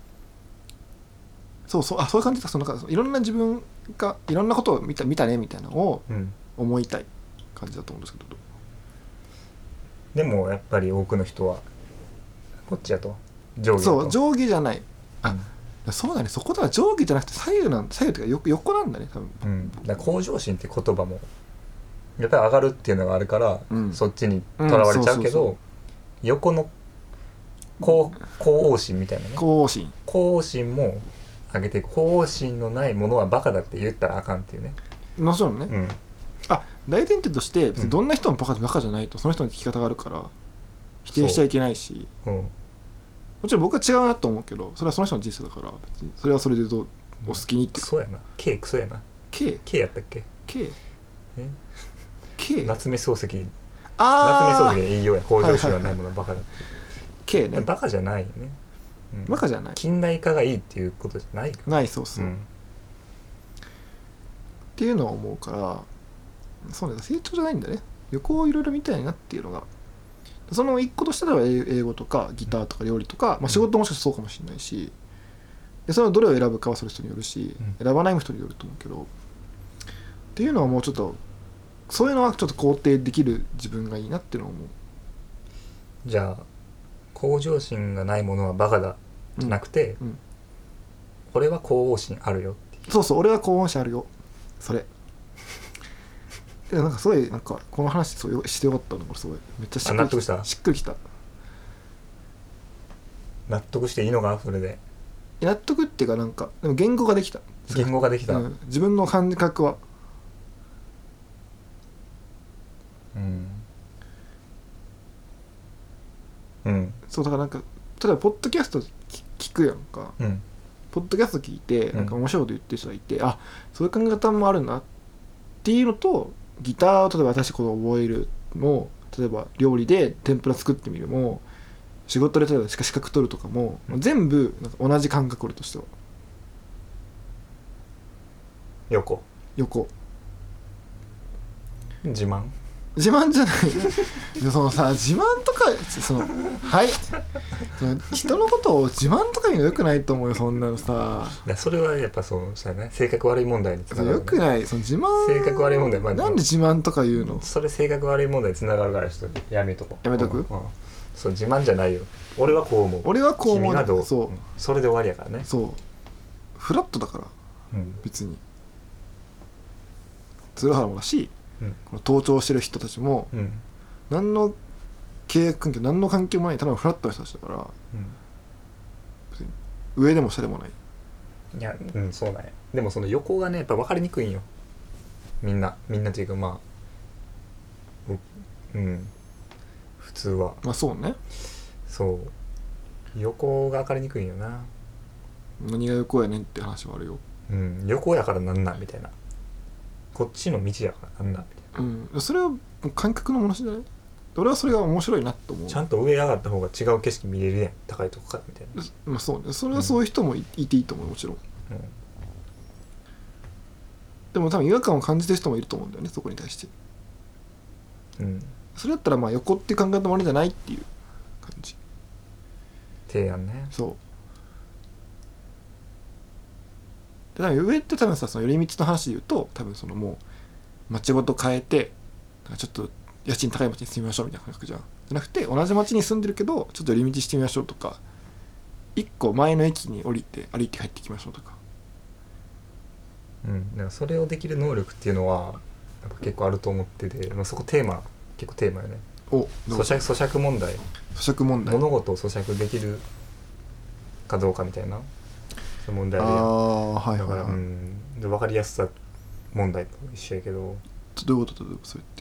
Speaker 1: そうそうあそういう感じでそのなんかいろんな自分がいろんなことを見た見たねみたいなのを
Speaker 2: うん
Speaker 1: 思いたい感じだと思うんですけど、
Speaker 2: でもやっぱり多くの人はこっちやと上下やと
Speaker 1: そう上下じゃない
Speaker 2: あ
Speaker 1: そうだねそこでは上下じゃなくて左右なん左右というか横横なんだね多分。
Speaker 2: うん、だから向上心って言葉もやっぱり上がるっていうのがあるから、
Speaker 1: うん
Speaker 2: そっちにとらわれちゃうけど、
Speaker 1: うんそうそうそう
Speaker 2: 横の後後王心みたいなね
Speaker 1: 後進
Speaker 2: 後王心も上げていく後王心のないものはバカだって言ったらあかんっていうね、
Speaker 1: もちろんね、
Speaker 2: うん、
Speaker 1: あ大前提として別にどんな人もバカバカじゃないとその人の聞き方があるから否定しちゃいけないし、
Speaker 2: うん、
Speaker 1: もちろん僕は違うなと思うけどそれはその人の人生だから別にそれはそれでどうお好きにっていうか、
Speaker 2: クソやな K クソやな
Speaker 1: K
Speaker 2: K やったっけ
Speaker 1: K
Speaker 2: え
Speaker 1: K
Speaker 2: 夏目漱石夏目漱
Speaker 1: あ
Speaker 2: 石で言いようや向上心はないものはバカだって、
Speaker 1: K ね
Speaker 2: バカじゃないよね、うん、
Speaker 1: バカじゃない
Speaker 2: 近代化がいいっていうことじゃないから
Speaker 1: ないそうそう、
Speaker 2: うん
Speaker 1: っていうのは思うからそうね成長じゃないんだね旅行をいろいろ見たいなっていうのがその一個としては英語とかギターとか料理とか、まあ、仕事もしかしたらそうかもしれないしでそれをどれを選ぶかはその人によるし、
Speaker 2: うん
Speaker 1: 選ばない人によると思うけどっていうのはもうちょっとそういうのはちょっと肯定できる自分がいいなっていうのを思う。
Speaker 2: じゃあ向上心がないものはバカだじゃなくて、
Speaker 1: うんうん
Speaker 2: これは向上心あるよっていう
Speaker 1: そうそう俺は高音心あるよそれでなんかすごいなんかこの話そうしてよかったのこれすごいめっちゃしっくり
Speaker 2: あ納得した
Speaker 1: しっくりきた
Speaker 2: 納得していいのかそれで
Speaker 1: 納得っていうかなんかでも言語ができた
Speaker 2: 言語ができた、
Speaker 1: うん、自分の感覚は
Speaker 2: うんうん
Speaker 1: そうだからなんか例えばポッドキャスト聞聞くやんか
Speaker 2: うん
Speaker 1: ポッドキャスト聞いて
Speaker 2: うん
Speaker 1: なんか面白いこと言ってる人がいて、あそういう考え方もあるなっていうのとギターを例えば私この覚えるも例えば料理で天ぷら作ってみるも仕事で例えば資格取るとかも、
Speaker 2: うん
Speaker 1: 全部なんか同じ感覚俺としては
Speaker 2: 横
Speaker 1: 横
Speaker 2: 自慢
Speaker 1: 自慢じゃないでそのさ自慢とかそのはいその人のことを自慢とか言うのよくないと思うよそんなのさ
Speaker 2: だそれはやっぱそうさね性格悪い問題につながる、ね、
Speaker 1: よくないその自慢
Speaker 2: 性格悪い問題、まあ、
Speaker 1: なんで自慢とか言うの
Speaker 2: それ性格悪い問題につながるからちょっとやめとこう
Speaker 1: やめとく
Speaker 2: うんうんそう自慢じゃないよ俺はこう思う
Speaker 1: 俺はこう思う
Speaker 2: 君がどう
Speaker 1: そう、
Speaker 2: んそれで終わりやからね
Speaker 1: そうフラットだから
Speaker 2: うん
Speaker 1: 別に鶴原もだし
Speaker 2: うん
Speaker 1: この登頂してる人たちも
Speaker 2: うん
Speaker 1: 何の契約関係何の関係もないただのフラットな人たちだから上でも下でもない
Speaker 2: うんいやうんそうなんやでもその横がねやっぱ分かりにくいんよみんなみんなっていうかまあううん普通は
Speaker 1: まあそうね
Speaker 2: そう横が分かりにくいんよな
Speaker 1: 何が横やねんって話はあるよ
Speaker 2: うん横やからなんなんみたいなこっちの道やからなんなんみたいな
Speaker 1: うんそれは感覚のものじゃない俺はそれが面白いなと思う
Speaker 2: ちゃんと上上がった方が違う景色見れるやん高いとこからみたいな、
Speaker 1: まあそうねそれはそういう人もい,、いていいと思うもちろん
Speaker 2: うん
Speaker 1: でも多分違和感を感じてる人もいると思うんだよねそこに対して
Speaker 2: うん、
Speaker 1: それだったらまあ横っていう考え方もあるんじゃないっていう感じ
Speaker 2: 提案ね
Speaker 1: そうで多分上って多分さその寄り道の話で言うと多分そのもう町ごと変えてなんかちょっと家賃高い町に住みましょうみたいな感覚じゃんじゃなくて同じ町に住んでるけどちょっと寄り道してみましょうとか一個前の駅に降りて歩いて帰ってきましょうとか
Speaker 2: うん、だからそれをできる能力っていうのはやっぱ結構あると思ってて、まあ、そこテーマ結構テーマよね。
Speaker 1: お
Speaker 2: 咀嚼咀嚼問題
Speaker 1: 咀嚼問題
Speaker 2: 物事を咀嚼できるかどうかみたいなそういう問題
Speaker 1: あ
Speaker 2: あるやん。
Speaker 1: あはい
Speaker 2: だから、
Speaker 1: はいはい、
Speaker 2: うん、で分かりやすさ問題と一緒やけど、
Speaker 1: どういうことだそれって。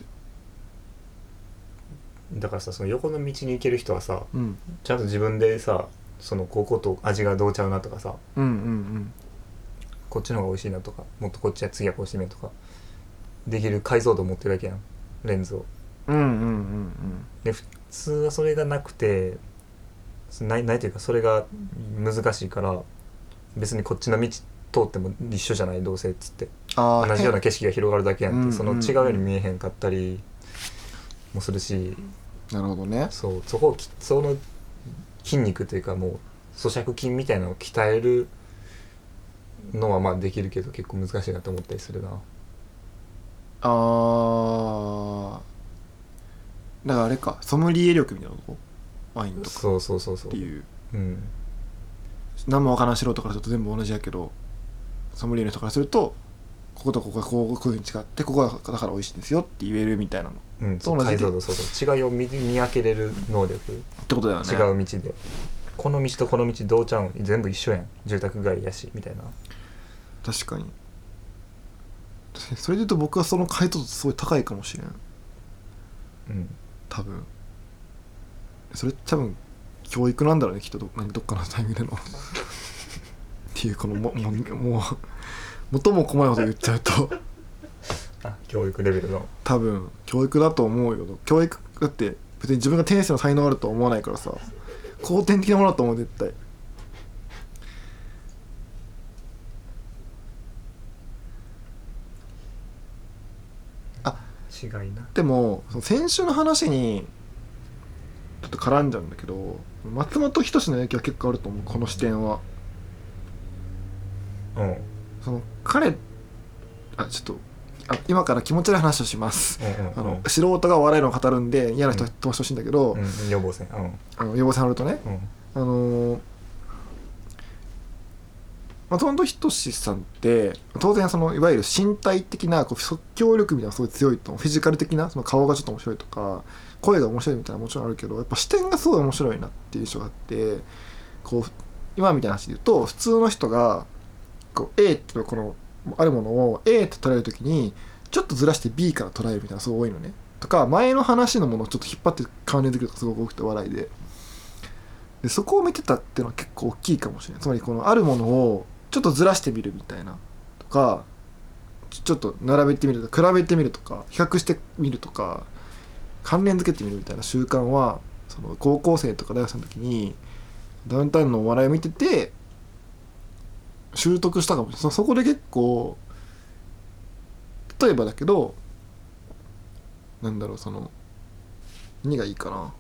Speaker 2: だからさその横の道に行ける人はさ
Speaker 1: うん
Speaker 2: ちゃんと自分でさそのここと味がどうちゃうなとかさ
Speaker 1: うんうん
Speaker 2: こっちの方が美味しいなとかもっとこっちは次はこうしてみようとかできる解像度を持ってるわけやんレンズを。
Speaker 1: うんうんうんうん
Speaker 2: で普通はそれがなくてないないというかそれが難しいから別にこっちの道通っても一緒じゃないどうせっつって
Speaker 1: ああ
Speaker 2: 同じような景色が広がるだけやんって、
Speaker 1: うんうん
Speaker 2: その違うように見えへんかったりもするし、
Speaker 1: なるほどね。
Speaker 2: そうそこをきその筋肉というかもう咀嚼筋みたいなのを鍛えるのはまあできるけど結構難しいなと思ったりするな。
Speaker 1: ああだからあれかソムリエ力みたいなとこワインとか
Speaker 2: そうそうそうそう
Speaker 1: っていう
Speaker 2: うん
Speaker 1: 何もわからん素人からすると全部同じやけどソムリエの人からするとこことここがこうこういうふうに違ってここがだから美味しいんですよって言えるみたいなの
Speaker 2: うん
Speaker 1: そう同じで
Speaker 2: 解像度そうそう違いを見見分けれる能力
Speaker 1: ってことだよね。
Speaker 2: 違う道でこの道とこの道どうちゃうん全部一緒やん住宅街やしみたいな。
Speaker 1: 確かにそれで言うと僕はその解像度すごい高いかもしれん
Speaker 2: うん
Speaker 1: 多分それ多分教育なんだろうねきっと ど, 何どっかのタイミングでのっていうこのもももう元も子もないこと言っちゃうと
Speaker 2: あ教育レベルの
Speaker 1: 多分教育だと思うよ。教育だって別に自分が天性の才能あるとは思わないからさ後天的なものだと思う絶対。
Speaker 2: 違いな。
Speaker 1: でもその先週の話にちょっと絡んじゃうんだけど松本人志の影響は結構あると思うこの視点は。
Speaker 2: うん
Speaker 1: その彼あちょっとあ今から気持ち悪い話をします、
Speaker 2: うんうんうん
Speaker 1: あの素人が笑いのを語るんで嫌な人は飛ばしてほしいんだけど、
Speaker 2: うん予防線うん
Speaker 1: あの予防線あるとね、
Speaker 2: うん
Speaker 1: あのー松本人志さんって当然そのいわゆる身体的なこう即興力みたいなのがすごい強いとフィジカル的なその顔がちょっと面白いとか声が面白いみたいなのもちろんあるけどやっぱ視点がすごい面白いなっていう印象があってこう今みたいな話で言うと普通の人がこう A っていうこのあるものを A と捉えるときにちょっとずらして B から捉えるみたいなすごい多いのねとか前の話のものをちょっと引っ張って関連づけるとかすごく多くて笑いででそこを見てたっていうのは結構大きいかもしれない。つまりこのあるものをちょっとずらしてみるみたいなとかちょっと並べてみるとか比べてみるとか比較してみるとか関連づけてみるみたいな習慣はその高校生とか大学生の時にダウンタウンのお笑いを見てて習得したかもしれない。そこで結構例えばだけどなんだろうその何がいいかな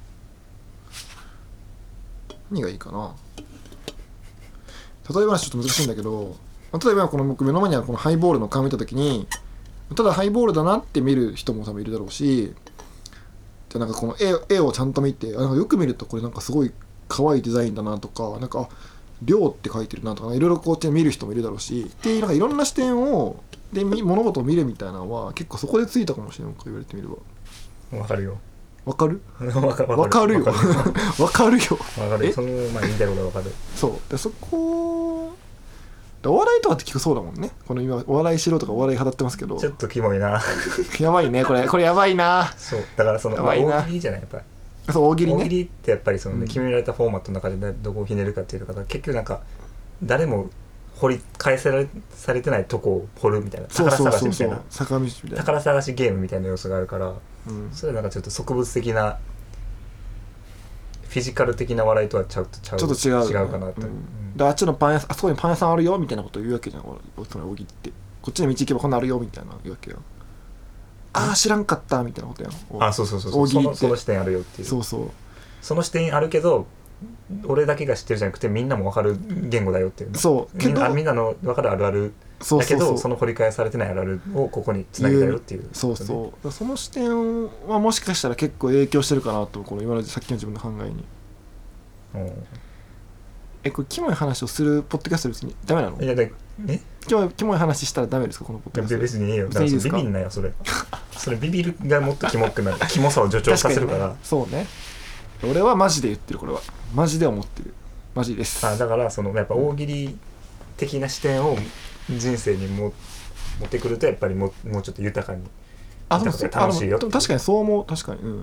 Speaker 1: 何がいいかな例えばちょっと難しいんだけど例えばこの僕目の前にあるこのハイボールの缶を見た時にただハイボールだなって見る人も多分いるだろうしじゃなんかこの 絵, 絵をちゃんと見てあなんかよく見るとこれなんかすごい可愛いデザインだなとかなんか量って書いてるなとかいろいろこうやって見る人もいるだろうしっていうなんかいろんな視点をで物事を見るみたいなのは結構そこでついたかもしれない。言われてみれば
Speaker 2: わかるよ
Speaker 1: わかる
Speaker 2: わかる
Speaker 1: わかるよわかるよ
Speaker 2: わかるそのまあ言いたいことはわかる。
Speaker 1: そうでそこでお笑いとかって聞くそうだもんね。この今お笑いしろとかお笑い語ってますけど
Speaker 2: ちょっとキモいな
Speaker 1: やばいねこれこれやばいな。
Speaker 2: そうだからその
Speaker 1: やばいな
Speaker 2: まあ大喜利じゃないやっぱり
Speaker 1: そう大喜利ね
Speaker 2: 大喜利ってやっぱりその、ね
Speaker 1: うん
Speaker 2: 決められたフォーマットの中で、ね、どこをひねるかっていうか結局なんか誰も掘り返せられされてないとこを掘るみたいな
Speaker 1: そう
Speaker 2: 宝
Speaker 1: そうそうそう
Speaker 2: 探しみたいな
Speaker 1: 坂道みたいな、
Speaker 2: 宝探しゲームみたいな要素があるから
Speaker 1: うん、
Speaker 2: それはなんかちょっと植物的なフィジカル的な笑いとはちゃうとちゃう
Speaker 1: ちょっと違う、
Speaker 2: 違うかなと、
Speaker 1: う
Speaker 2: うん
Speaker 1: ん、であっちのパン屋さんあそこにパン屋さんあるよみたいなことを言うわけじゃん俺その大喜利ってこっちの道行けばこんなんあるよみたいな言うわけよ。ああ知らんかったみたいなことやん。
Speaker 2: あそうそうそうそう
Speaker 1: 大喜利って
Speaker 2: そのその視点あるよっていう
Speaker 1: そうそう
Speaker 2: その視点あるけど俺だけが知ってるじゃなくてみんなも分かる言語だよっていう
Speaker 1: そうけど
Speaker 2: みんなみんなの分かるあるあるだけ
Speaker 1: そうそうそう
Speaker 2: どその掘り返されてないあるあるをここにつなげたよっていう
Speaker 1: そうそうだからその視点はもしかしたら結構影響してるかなとこの今のさっきの自分の考えに。
Speaker 2: うん
Speaker 1: えこれキモい話をするポッドキャスト別にダメなの？
Speaker 2: いやでえ
Speaker 1: キモいキモい話したらダメですかこのポッドキャスト。
Speaker 2: 別にいいよ。だから
Speaker 1: 別にいいですか
Speaker 2: ビビんなよそれそれビビるがもっとキモくなるキモさを助長させるから、
Speaker 1: ね、そうね。俺はマジで言ってる。これはマジで思ってる。マジです。
Speaker 2: あだからそのやっぱ大喜利的な視点を人生にも持ってくるとやっぱりももうちょっと豊かに
Speaker 1: あでも
Speaker 2: 楽しいよっていう。
Speaker 1: 確かにそう思う。確かにうん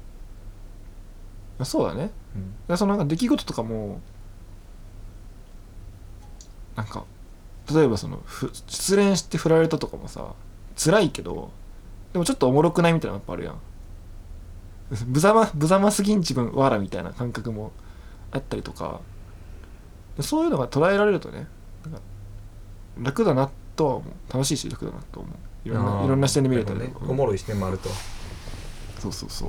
Speaker 1: そうだね、うん、そのなんか出来事とかもなんか例えばその失恋して振られたとかもさ辛いけどでもちょっとおもろくないみたいなのやっぱあるやん。ぶざまぶざますぎん自分わらみたいな感覚もあったりとかそういうのが捉えられるとねなんか楽だなとは思う。楽しいし楽だなと思う。いろんないろんな視点で見れた
Speaker 2: ね、うん、おもろい視点もあると。
Speaker 1: そうそうそう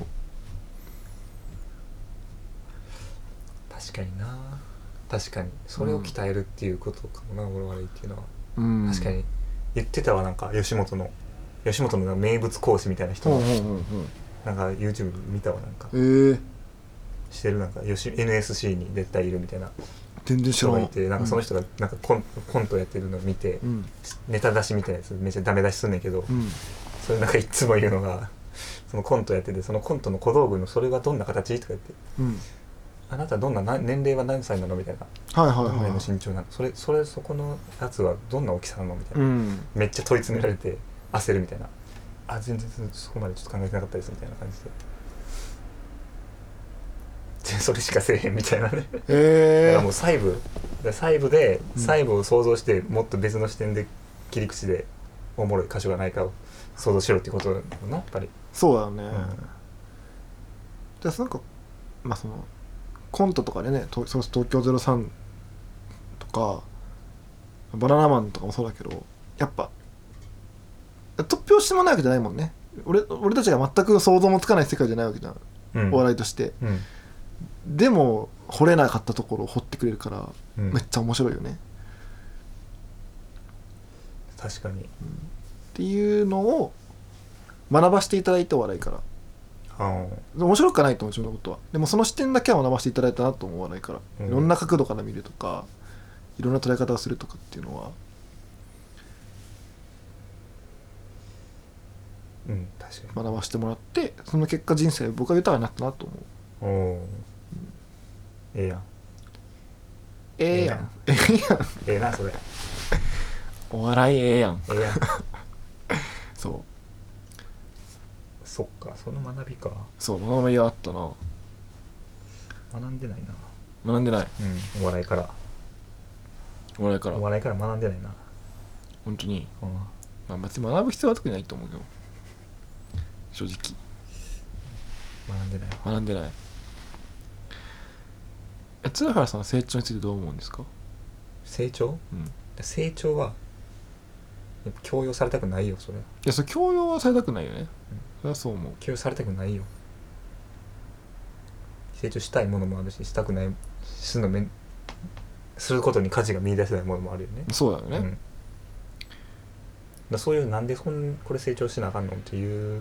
Speaker 2: 確かにな。確かにそれを鍛えるっていうことかもな、俺悪いっていうのは、うん、確かに言ってたわ。なんか吉本の吉本の名物講師みたいな人の、うんうんうんうん、なんか YouTube 見たわ。なんか、えー、してるなんか エヌエスシー に絶対いるみたいな
Speaker 1: 全然知らない
Speaker 2: 人がいて、なんかその人がなんかコン、うん、コントやってるのを見て、うん、ネタ出しみたいなやつめっちゃダメ出しすんねんけど、うん、それなんかいつも言うのがそのコントやっててそのコントの小道具のそれはどんな形とか言って、うん、あなたどんな年齢は何歳なのみたいな、はいはいはい、どのぐらいの身長なのそれそれそこのやつはどんな大きさなのみたいな、うん、めっちゃ問い詰められて焦るみたいな。あ全然そこまでちょっと考えてなかったですみたいな感じでそれしかせえへんみたいなね、えー、だからもう細部細部で細部を想像してもっと別の視点で切り口でおもろい箇所がないかを想像しろってことなのやっぱり。
Speaker 1: そうだよね、うん、でなんかまあそのコントとかでね東京ゼロさんとかバナナマンとかもそうだけどやっぱ突拍子もないわけじゃないもんね。 俺, 俺たちが全く想像もつかない世界じゃないわけじゃん、うん、お笑いとして、うん、でも掘れなかったところを掘ってくれるから、うん、めっちゃ面白いよね。
Speaker 2: 確かに、うん、
Speaker 1: っていうのを学ばせていただいてお笑いから面白くはないと思う自分のことは。でもその視点だけは学ばせていただいたなと思う笑いから、うん、いろんな角度から見るとかいろんな捉え方をするとかっていうのは
Speaker 2: うん、確かに
Speaker 1: 学ばせてもらってその結果人生僕は豊かになったなと思う。おお、うん、
Speaker 2: ええやん
Speaker 1: ええやんええやん
Speaker 2: ええなそれ
Speaker 1: お笑いええやん
Speaker 2: ええやん
Speaker 1: そう
Speaker 2: そっかその学びか。
Speaker 1: そう学びがあったな。
Speaker 2: 学んでない
Speaker 1: な。学んでない、
Speaker 2: うん、お笑いから
Speaker 1: お笑いから
Speaker 2: お笑いから学んでないな
Speaker 1: 本当に、うんまあ、別に学ぶ必要は特にないと思うけど正直
Speaker 2: 学んでない
Speaker 1: 学んでない。え津原さんは成長についてどう思うんですか。
Speaker 2: 成長、うん、成長はやっぱ強要されたくないよそれ。い
Speaker 1: やそれ強要はされたくないよね、うん、それはそう思う。
Speaker 2: 強要されたくないよ。成長したいものもあるししたくないするのめすることに価値が見出せないものもあるよね。
Speaker 1: そうだよね、うん、
Speaker 2: だそういうなんでこんこれ成長しなあかんのっていう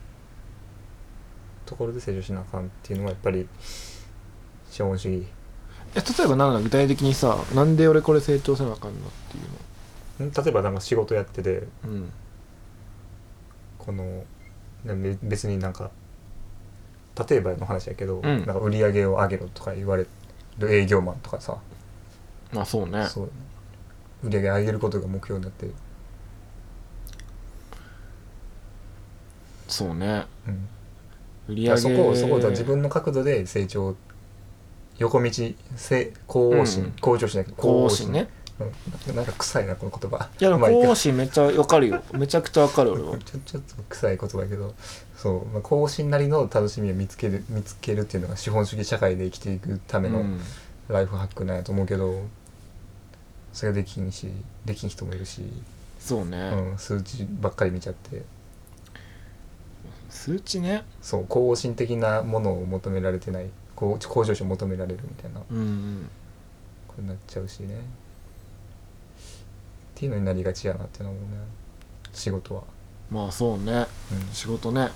Speaker 2: ところで成長しなあかんっていうのはやっぱり資本主義。
Speaker 1: え例えば何だ具体的にさなんで俺これ成長せなあかんのっていうの。
Speaker 2: 例えばなんか仕事やってて、
Speaker 1: うん、
Speaker 2: この別になんか例えばの話やけど、うん、なんか売り上げを上げろとか言われる営業マンとかさ。
Speaker 1: まあそうね。
Speaker 2: そう売り上げ上げることが目標になって
Speaker 1: そうね、
Speaker 2: うん、
Speaker 1: 売り上げ
Speaker 2: そこをそこを自分の角度で成長横道せ向上心、うん、向上心だけど
Speaker 1: 向上心ね、
Speaker 2: うん、なんか臭いなこの言葉。
Speaker 1: いやでも向上心めっちゃわかるよめちゃくちゃわかる俺は
Speaker 2: ちょちょっと臭い言葉だけどそう、まあ、向上なりの楽しみを見つける見つけるっていうのが資本主義社会で生きていくためのライフハックなんやと思うけど、それができんしできん人もいるし。
Speaker 1: そうね、
Speaker 2: うん、数値ばっかり見ちゃって
Speaker 1: 数値ね。
Speaker 2: そう向上的なものを求められてない向上心を求められるみたいな、
Speaker 1: うんうん、
Speaker 2: これになっちゃうしねっていうのになりがちやなってのは思うね仕事は。
Speaker 1: まあそうね、うん、仕事ね。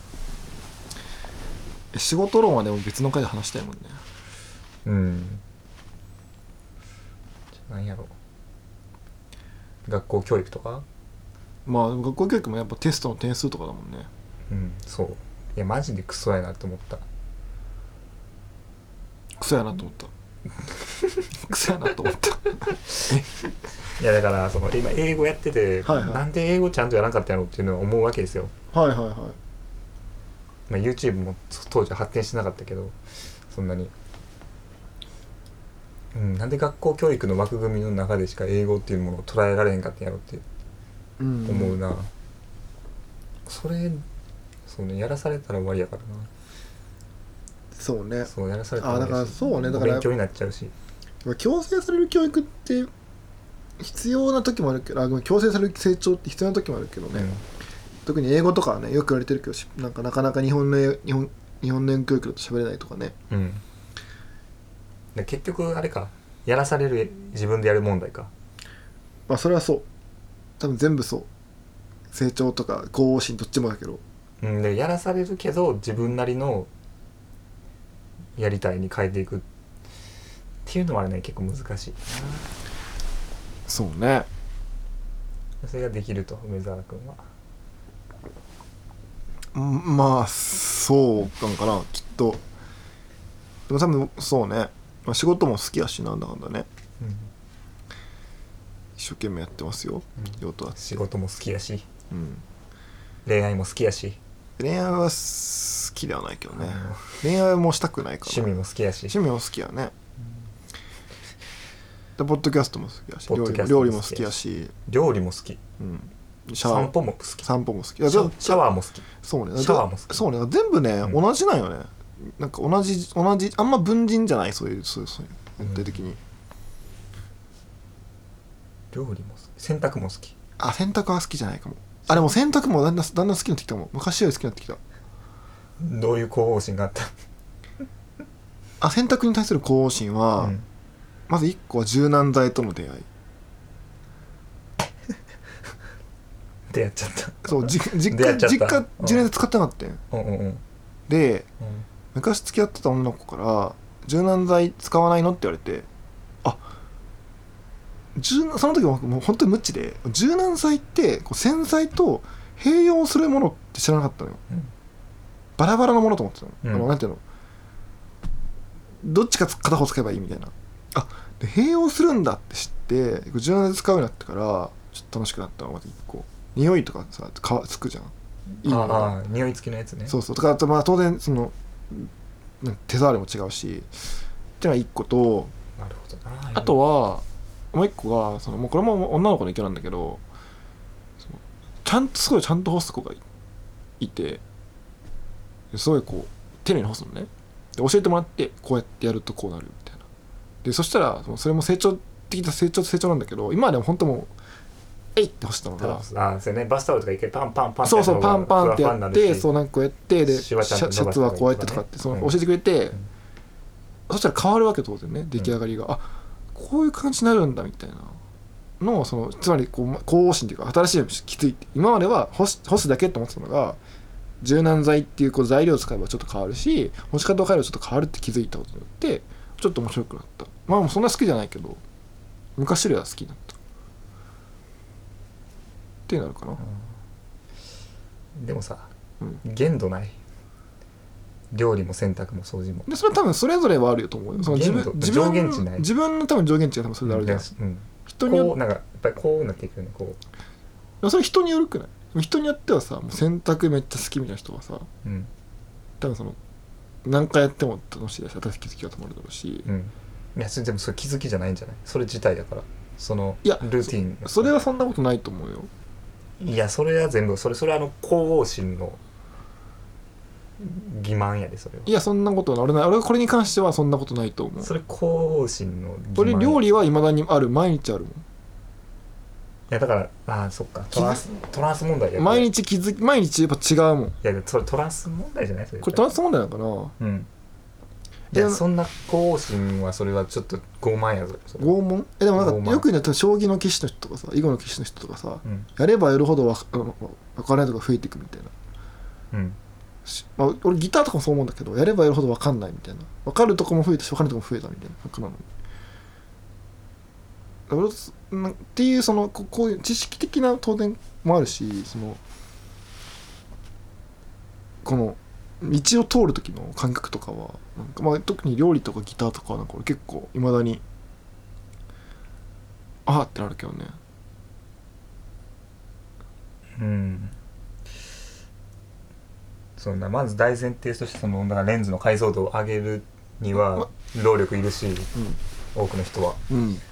Speaker 1: 仕事論はでも別の回で話したいもんね。
Speaker 2: うんなんやろ学校教育とか。
Speaker 1: まあ学校教育もやっぱテストの点数とかだもんね。
Speaker 2: うんそういやマジでクソやなって思った。
Speaker 1: クソやなと思ったクソやなと思った
Speaker 2: いやだからその今英語やってて、
Speaker 1: はいはい、
Speaker 2: なんで英語ちゃんとやらなかったんやろっていうのは思うわけですよ。
Speaker 1: はいはいはい。
Speaker 2: まあ、YouTube も当時は発展してなかったけどそんなに、うん、なんで学校教育の枠組みの中でしか英語っていうものを捉えられへんかったんやろって思うな、うん、それそうねやらされたら終わりやからな。
Speaker 1: そうね。
Speaker 2: そうやらされたら
Speaker 1: あだからそうねだから
Speaker 2: 勉強になっちゃうし。
Speaker 1: 強制される教育って必要な時もあるけど、あ強制される成長って必要な時もあるけどね、うん、特に英語とかはねよく言われてるけどなんかなかなか日本の日本日本の教育だと喋れないとかね、
Speaker 2: うん、で結局あれかやらされる自分でやる問題か。
Speaker 1: まあそれはそう多分全部そう成長とか向上心どっちもだけど、
Speaker 2: うん、でやらされるけど自分なりのやりたいに変えていくっていうのはあれね結構難しい。
Speaker 1: そうね。
Speaker 2: それができると梅沢君は。
Speaker 1: まあそうなんかなきっと。でも多分そうね、まあ、仕事も好きやしなんだかんだね、うん、一生懸命やってますよ、
Speaker 2: うん、用途は仕事も好きやし、うん、恋愛も好きやし。
Speaker 1: 恋愛は好きではないけどね、うん、恋愛もしたくないから。
Speaker 2: 趣味も好きやし。
Speaker 1: 趣味も好きやね、うん、でポッドキャストも好きやし料理、料理も好きやし
Speaker 2: 料理も好き、うん、散歩も好き。
Speaker 1: 散歩も好き。
Speaker 2: シャ、シャワーも好き。
Speaker 1: そうね。
Speaker 2: シャワーも好き。
Speaker 1: そうね。全部ね、うん、同じなんよね。なんか同じ同じあんま文人じゃないそういうそういうそういう全体的に、うん。
Speaker 2: 料理も好き。洗濯も好き。
Speaker 1: あ洗濯は好きじゃないかも。あでも洗濯もだんだんだんだん好きになってきたもん。昔より好きになってきた。
Speaker 2: どういう向上心があった？
Speaker 1: あ洗濯に対する向上心は、うん、まず一個は柔軟剤との出会い。
Speaker 2: 出会っちゃった。
Speaker 1: そうじ実家実家柔軟剤使ってなかったよ、
Speaker 2: うんうんうん、
Speaker 1: で、うん、昔付き合ってた女の子から柔軟剤使わないのって言われて、あ柔その時ももう本当に無知で柔軟剤ってこう洗剤と併用するものって知らなかったのよ、うん、バラバラのものと思ってたの、うん、あのなんていうのどっちか片方使えばいいみたいな。あで併用するんだって知って柔軟剤使うようになってからちょっと楽しくなったのが一個。匂いとかさつくじゃん。
Speaker 2: いいのがああ匂い付きのやつね。
Speaker 1: そうそうだからまあ当然その手触りも違うしっていうのは一個と、
Speaker 2: なるほどな。
Speaker 1: あとはもう一個がそのもうこれも女の子の意見なんだけど、そのちゃんとすごいちゃんと干す子が い, いてすごいこう丁寧に干すのね。で教えてもらってこうやってやるとこうなるみたいな。でそしたらそれも成長的な成長と成長なんだけど今はでも本当もうえいって干したのが
Speaker 2: あそうねバスタオルとか一回パンパンパンって
Speaker 1: そうそうパンパンってやってそうなんかこうやってでシャツはこうやってとかってその教えてくれて、うん、そしたら変わるわけ当然ね出来上がりが、うん、あこういう感じになるんだみたいなのそのつまりこう向上心っていうか新しいの気づいて今までは干す、干すだけと思ってたのが柔軟剤っていうこう材料を使えばちょっと変わるし干し方を変えればちょっと変わるって気づいたことによってちょっと面白くなった。まあそんな好きじゃないけど昔よりは好きになったってなるかな、
Speaker 2: うん、でもさ、うん、限度ない料理も洗濯も掃除も
Speaker 1: でそれは多分それぞれはあるよと思うよ。その自分自分
Speaker 2: 上限値ない
Speaker 1: 自分の多分上限値が多分それであるじゃない、うん、
Speaker 2: 人によこうなんかやっぱりこうなっていくよねこ
Speaker 1: うそれ人によるくない人によってはさもう洗濯めっちゃ好きみたいな人はさ、うん、多分その何回やっても楽しいだし新しい気づきが止まるだろうし、うん、
Speaker 2: いやでもそれ気づきじゃないんじゃないそれ自体だからそのルーティン
Speaker 1: そ, それはそんなことないと思うよ。
Speaker 2: いやそれは全部それそれはあの向上心の欺瞞やでそれは。
Speaker 1: いやそんなことは俺ない俺はこれに関してはそんなことないと思う。
Speaker 2: それ向上心の欺瞞。
Speaker 1: 俺料理はいまだにある毎日あるもん。い
Speaker 2: やだからああそっかトランストランス問題や
Speaker 1: 毎日気づ毎日やっぱ違うもん。い
Speaker 2: やそれトランス問題じゃないそれ
Speaker 1: これトランス問題なのかな。うん
Speaker 2: いやそんな向上心はそれはちょっと傲慢やぞ。
Speaker 1: 拷問えでもなんかよく言うと将棋の棋士の人とかさ囲碁の棋士の人とかさ、うん、やればやるほどわ分からないとか増えていくみたいな、うんまあ、俺ギターとかもそう思うんだけどやればやるほど分かんないみたいな分かるとこも増えたし分かるとこも増えたみたいななんかなのなっていうそのここういう知識的な当然もあるし、そのこの道を通る時の感覚とかはなんか、まあ、特に料理とかギターとかはなんか俺結構いまだにあーってなるけどね。
Speaker 2: うんそうな、まず大前提としてそのだからレンズの解像度を上げるには労力いるし、多くの人は、
Speaker 1: うんうん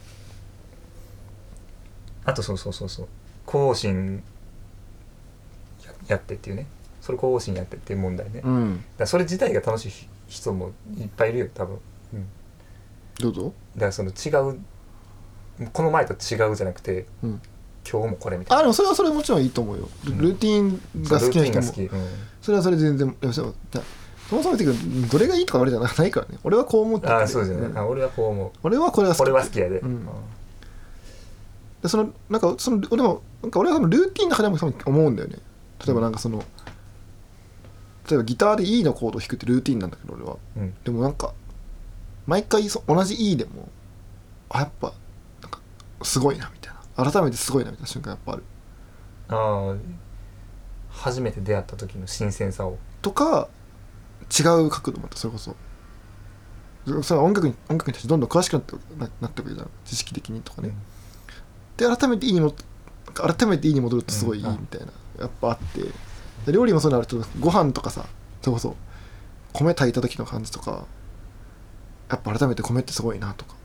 Speaker 2: あとそうそうそうそう後進ややってっていうね、それ後進やってっていう問題ね、だか
Speaker 1: うん
Speaker 2: らそれ自体が楽しい人もいっぱいいるよ多分、うん、
Speaker 1: どうぞ。
Speaker 2: だからその違うこの前と違うじゃなくて、
Speaker 1: うん、
Speaker 2: 今日もこれみたいな。
Speaker 1: あでもそれはそれはもちろんいいと思うよ。ル
Speaker 2: うん
Speaker 1: ルーティンが好きな人も、
Speaker 2: ルーティンが好き、うん、
Speaker 1: それはそれで全然。でもそそもそも言ってくるどれがいいとかあれじゃないからね。俺はこう思ってて、
Speaker 2: ああそうですよね、
Speaker 1: ん
Speaker 2: あ俺はこう思う、
Speaker 1: 俺はこれは好き。
Speaker 2: 俺は好きやで、
Speaker 1: うんでそのなんかその俺もなんか俺はそのルーティンの中でも思うんだよね。例えばなんかその例えばギターで E のコードを弾くってルーティンなんだけど俺は、
Speaker 2: うん、
Speaker 1: でもなんか毎回そ同じ E でもあやっぱなんかすごいなみたいな、改めてすごいなみたいな瞬間やっぱある。
Speaker 2: ああ初めて出会った時の新鮮さを
Speaker 1: とか違う角度またそれこそそれは音楽に音楽に対してどんどん詳しくなってななってくるじゃん、知識的にとかね、うん、で改めて E にも改めて E に戻るとすごいいいみたいな、うん、やっぱあって、で料理もそうなるとご飯とかさ、それこそ米炊いた時の感じとかやっぱ改めて米ってすごいなとか、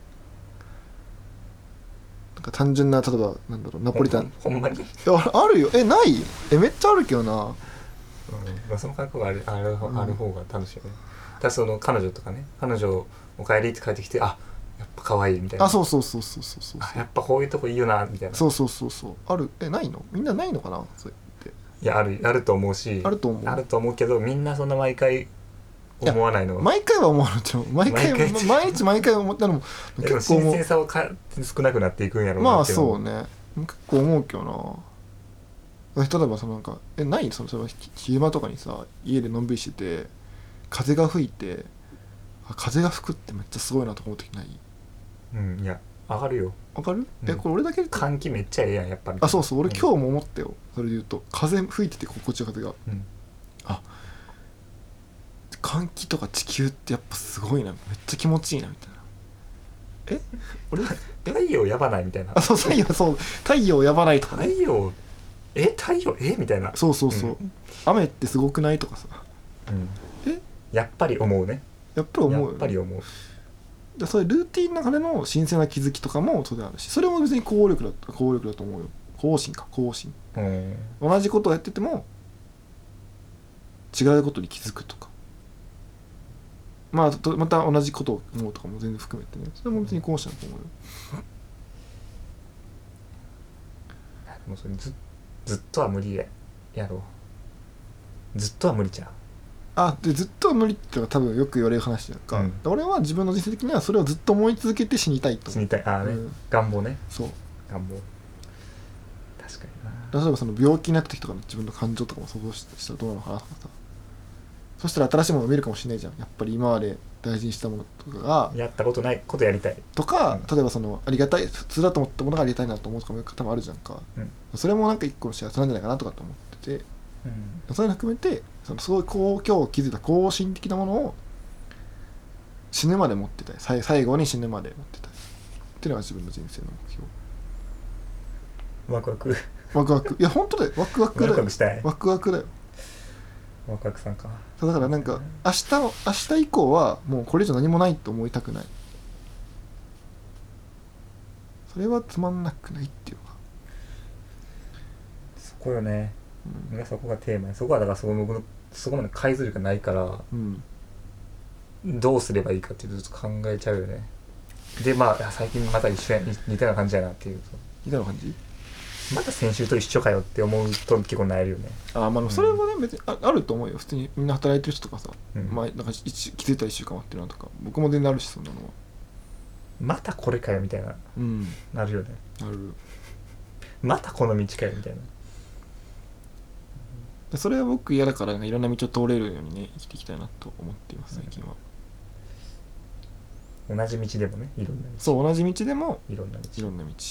Speaker 1: なんか単純な例えばなんだろうナポリタン
Speaker 2: ほんまに
Speaker 1: いやあるよ。えないえめっちゃあるけどな、
Speaker 2: うんまあ、その感覚がある、ある、うん、ある方が楽しいよね。ただその彼女とかね、彼女お帰りって帰ってきて、あやっぱ可愛いみたいな、
Speaker 1: あそうそうそうそうそうそう、
Speaker 2: あやっぱこういうとこいいよなみたいな、
Speaker 1: そうそうそうそうある。えないのみんなないのかなそれって。
Speaker 2: いやあるあると思うし、
Speaker 1: あると思う
Speaker 2: あると思うけどみんなそんな毎回思わないのは
Speaker 1: 毎回は思わないと毎回毎日毎日毎回思ったのも
Speaker 2: 結構新鮮さはか少なくなっていくんやろうな
Speaker 1: まあ
Speaker 2: っていう
Speaker 1: そうね結構思うけどな。例えばそのなんかえないそのその昼間とかにさ家でのんびりしてて風が吹いてあ風が吹くってめっちゃすごいなと思う時ない？
Speaker 2: うんいや上がるよ。
Speaker 1: わかる？
Speaker 2: うん、
Speaker 1: えこれ俺だけ
Speaker 2: 換気めっちゃええやんやっぱり。
Speaker 1: あそうそう俺今日も思ったよ、それで言うと風吹いてて心地よい風が、うん、あ換気とか地球ってやっぱすごいなめっちゃ気持ちいいなみたいな。え俺
Speaker 2: 太陽やばないみたいな。
Speaker 1: あそう太陽そう太陽やばないとかね。
Speaker 2: 太陽え太陽えみたいな。
Speaker 1: そうそうそう、うん、雨ってすごくないとかさ、
Speaker 2: うん、えやっぱり思うね。
Speaker 1: やっぱり思うよ、ね、
Speaker 2: やっぱり思う。
Speaker 1: でそういうルーティンの中での新鮮な気づきとかもそうであるし、それも別に効力だ効力だと思うよ。更新か更新、うん、同じことをやってても違うことに気づくとか、まあまた同じことを思うとかも全然含めてね、それも別に更新だと思うよ。
Speaker 2: もうそれ ず, ずっとは無理ややろう。ずっとは無理ちゃう。
Speaker 1: あでずっとは無理っていうのは多分よく言われる話だから、うん、俺は自分の人生的にはそれをずっと思い続けて死にたいと。
Speaker 2: 死にたいああね、うん、願望ね。
Speaker 1: そう
Speaker 2: 願望確かにな。
Speaker 1: 例えばその病気になった時とかの自分の感情とかも想像したらどうなのかなとかさ、そしたら新しいものを見るかもしれないじゃん。やっぱり今まで大事にしたものとかが
Speaker 2: やったことないことやりたい
Speaker 1: とか、うん、例えばそのありがたい普通だと思ったものがありがたいなと思うとかも多分あるじゃんか、うん、それもなんか一個の幸せなんじゃないかなとかって思ってて、うん、そういうの含めてそのすごいこう今日気づいた更新的なものを死ぬまで持ってたい、最後に死ぬまで持ってたいっていうのが自分の人生の目標。
Speaker 2: ワクワク
Speaker 1: ワクワクいや本当だよワクワクだよ。
Speaker 2: ワクワクしたい。
Speaker 1: ワクワクだよ。
Speaker 2: ワクワクさんか。
Speaker 1: だからなんか明日明日以降はもうこれ以上何もないと思いたくない。それはつまんなくないっていうか
Speaker 2: そこよね、うん、そこがテーマ。そこはだからそこのそこまで解像力がないから、うん、どうすればいいかっていうとずっと考えちゃうよね。でまあ最近また一緒や似たような感じやなっていう。
Speaker 1: 似たような感じ。
Speaker 2: また先週と一緒かよって思うと結構悩るよね。
Speaker 1: ああまあそれはね、うん、別に あ, あると思うよ。普通にみんな働いてる人とかさ、うん、まあなんか気づいたらいっしゅうかん待ってるなとか僕も全然あるし、そんなのは
Speaker 2: またこれかよみたいな、うん、なるよね。
Speaker 1: なる。
Speaker 2: またこの道かよみたいな。
Speaker 1: それは僕嫌だからいろんな道を通れるようにね生きていきたいなと思っています最近は。
Speaker 2: 同じ道でもね、いろんな道。
Speaker 1: そう同じ道でも
Speaker 2: いろんな道。
Speaker 1: いろんな道、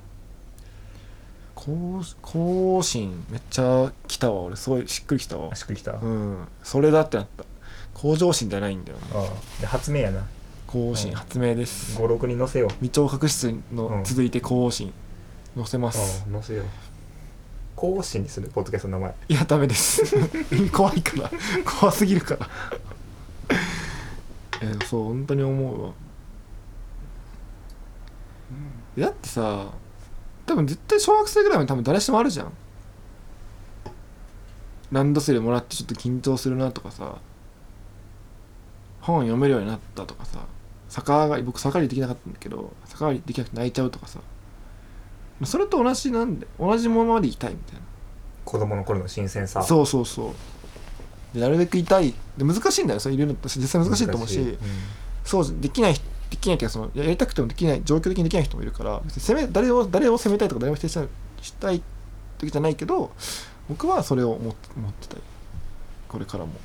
Speaker 2: うん、
Speaker 1: 更更新めっちゃ来たわ俺、すごいしっくりきたわ。
Speaker 2: しっくりきた。
Speaker 1: うん、それだってなった。向上心じゃないんだよね。
Speaker 2: ああ、で発明やな。
Speaker 1: 更新、
Speaker 2: うん、
Speaker 1: 発明です。
Speaker 2: ごろくに載せよう。
Speaker 1: 未聴覚室の、
Speaker 2: うん、
Speaker 1: 続いて更新載せます。
Speaker 2: ああ、載せよう。更新にするポッドキャストの名前。
Speaker 1: いやダメです怖いから怖すぎるからえー、そう本当に思うわ、うん、だってさ多分絶対小学生ぐらいまで多分誰しもあるじゃん。ランドセルもらってちょっと緊張するなとかさ、本読めるようになったとかさ、逆上がり、僕逆上がりできなかったんだけど逆上がりできなくて泣いちゃうとかさ、それと同じなんで同じものまでいたいみたいな、
Speaker 2: 子供の頃の新鮮さ。
Speaker 1: そうそうそうで、なるべくいたいで、難しいんだよそれ入れるの実際難しいと思うし、うん、そうできないできないっていうかそのやりたくてもできない状況的にできない人もいるから、別に責め誰を誰を責めたいとか誰を否定したい時じゃないけど、僕はそれを思って思ってたい。これからも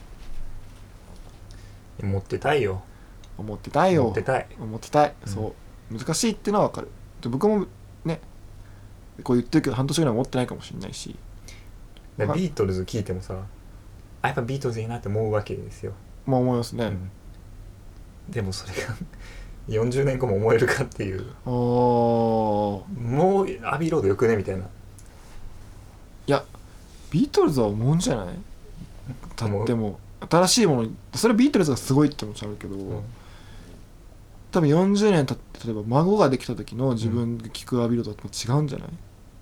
Speaker 2: 持ってたいよ。
Speaker 1: 思ってたいよ。
Speaker 2: 持ってたい。
Speaker 1: 思ってたい、
Speaker 2: うん、
Speaker 1: そう難しいっていうのは分かる。で僕もねこう言ってるけど半年ぐらい持ってないかもしれないし、
Speaker 2: ビートルズ聞いてもさ、あやっぱビートルズいいなって思うわけですよ。
Speaker 1: まあ思いますね、うん、
Speaker 2: でもそれがよんじゅうねんごも思えるかっていう。
Speaker 1: あ
Speaker 2: もうアビーロードよくねみたいな。
Speaker 1: いやビートルズは思うんじゃない。だっても新しいもの、それはビートルズがすごいってもちあるけど、うん、多分よんじゅうねん経って例えば孫ができた時の自分が聴くアビーロードと違うんじゃない、うん、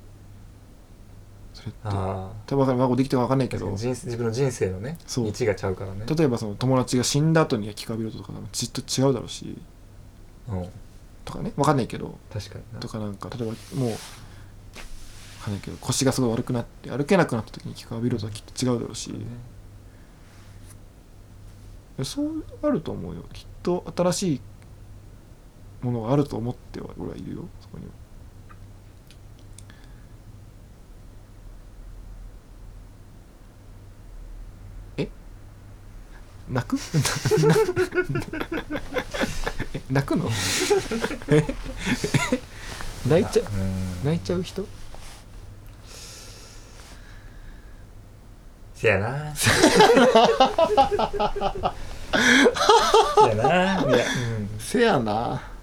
Speaker 1: それって多分孫できても分かんないけど
Speaker 2: 人自分の人生のね道がちゃうからね。
Speaker 1: 例えばその友達が死んだ後に聴くアビーロードとかずっと違うだろうし、うん、とかね分かんないけど、
Speaker 2: 確かにな。
Speaker 1: とかなんか例えばもう分かんないけど腰がすごい悪くなって歩けなくなった時に聴くアビーロードはきっと違うだろうし、うんそうあると思うよ。きっと新しいものがあると思っては俺はいるよ、そこには。え泣くえ泣くのえ泣いちゃう泣いちゃう人
Speaker 2: せやなせやないや、うん、
Speaker 1: せやな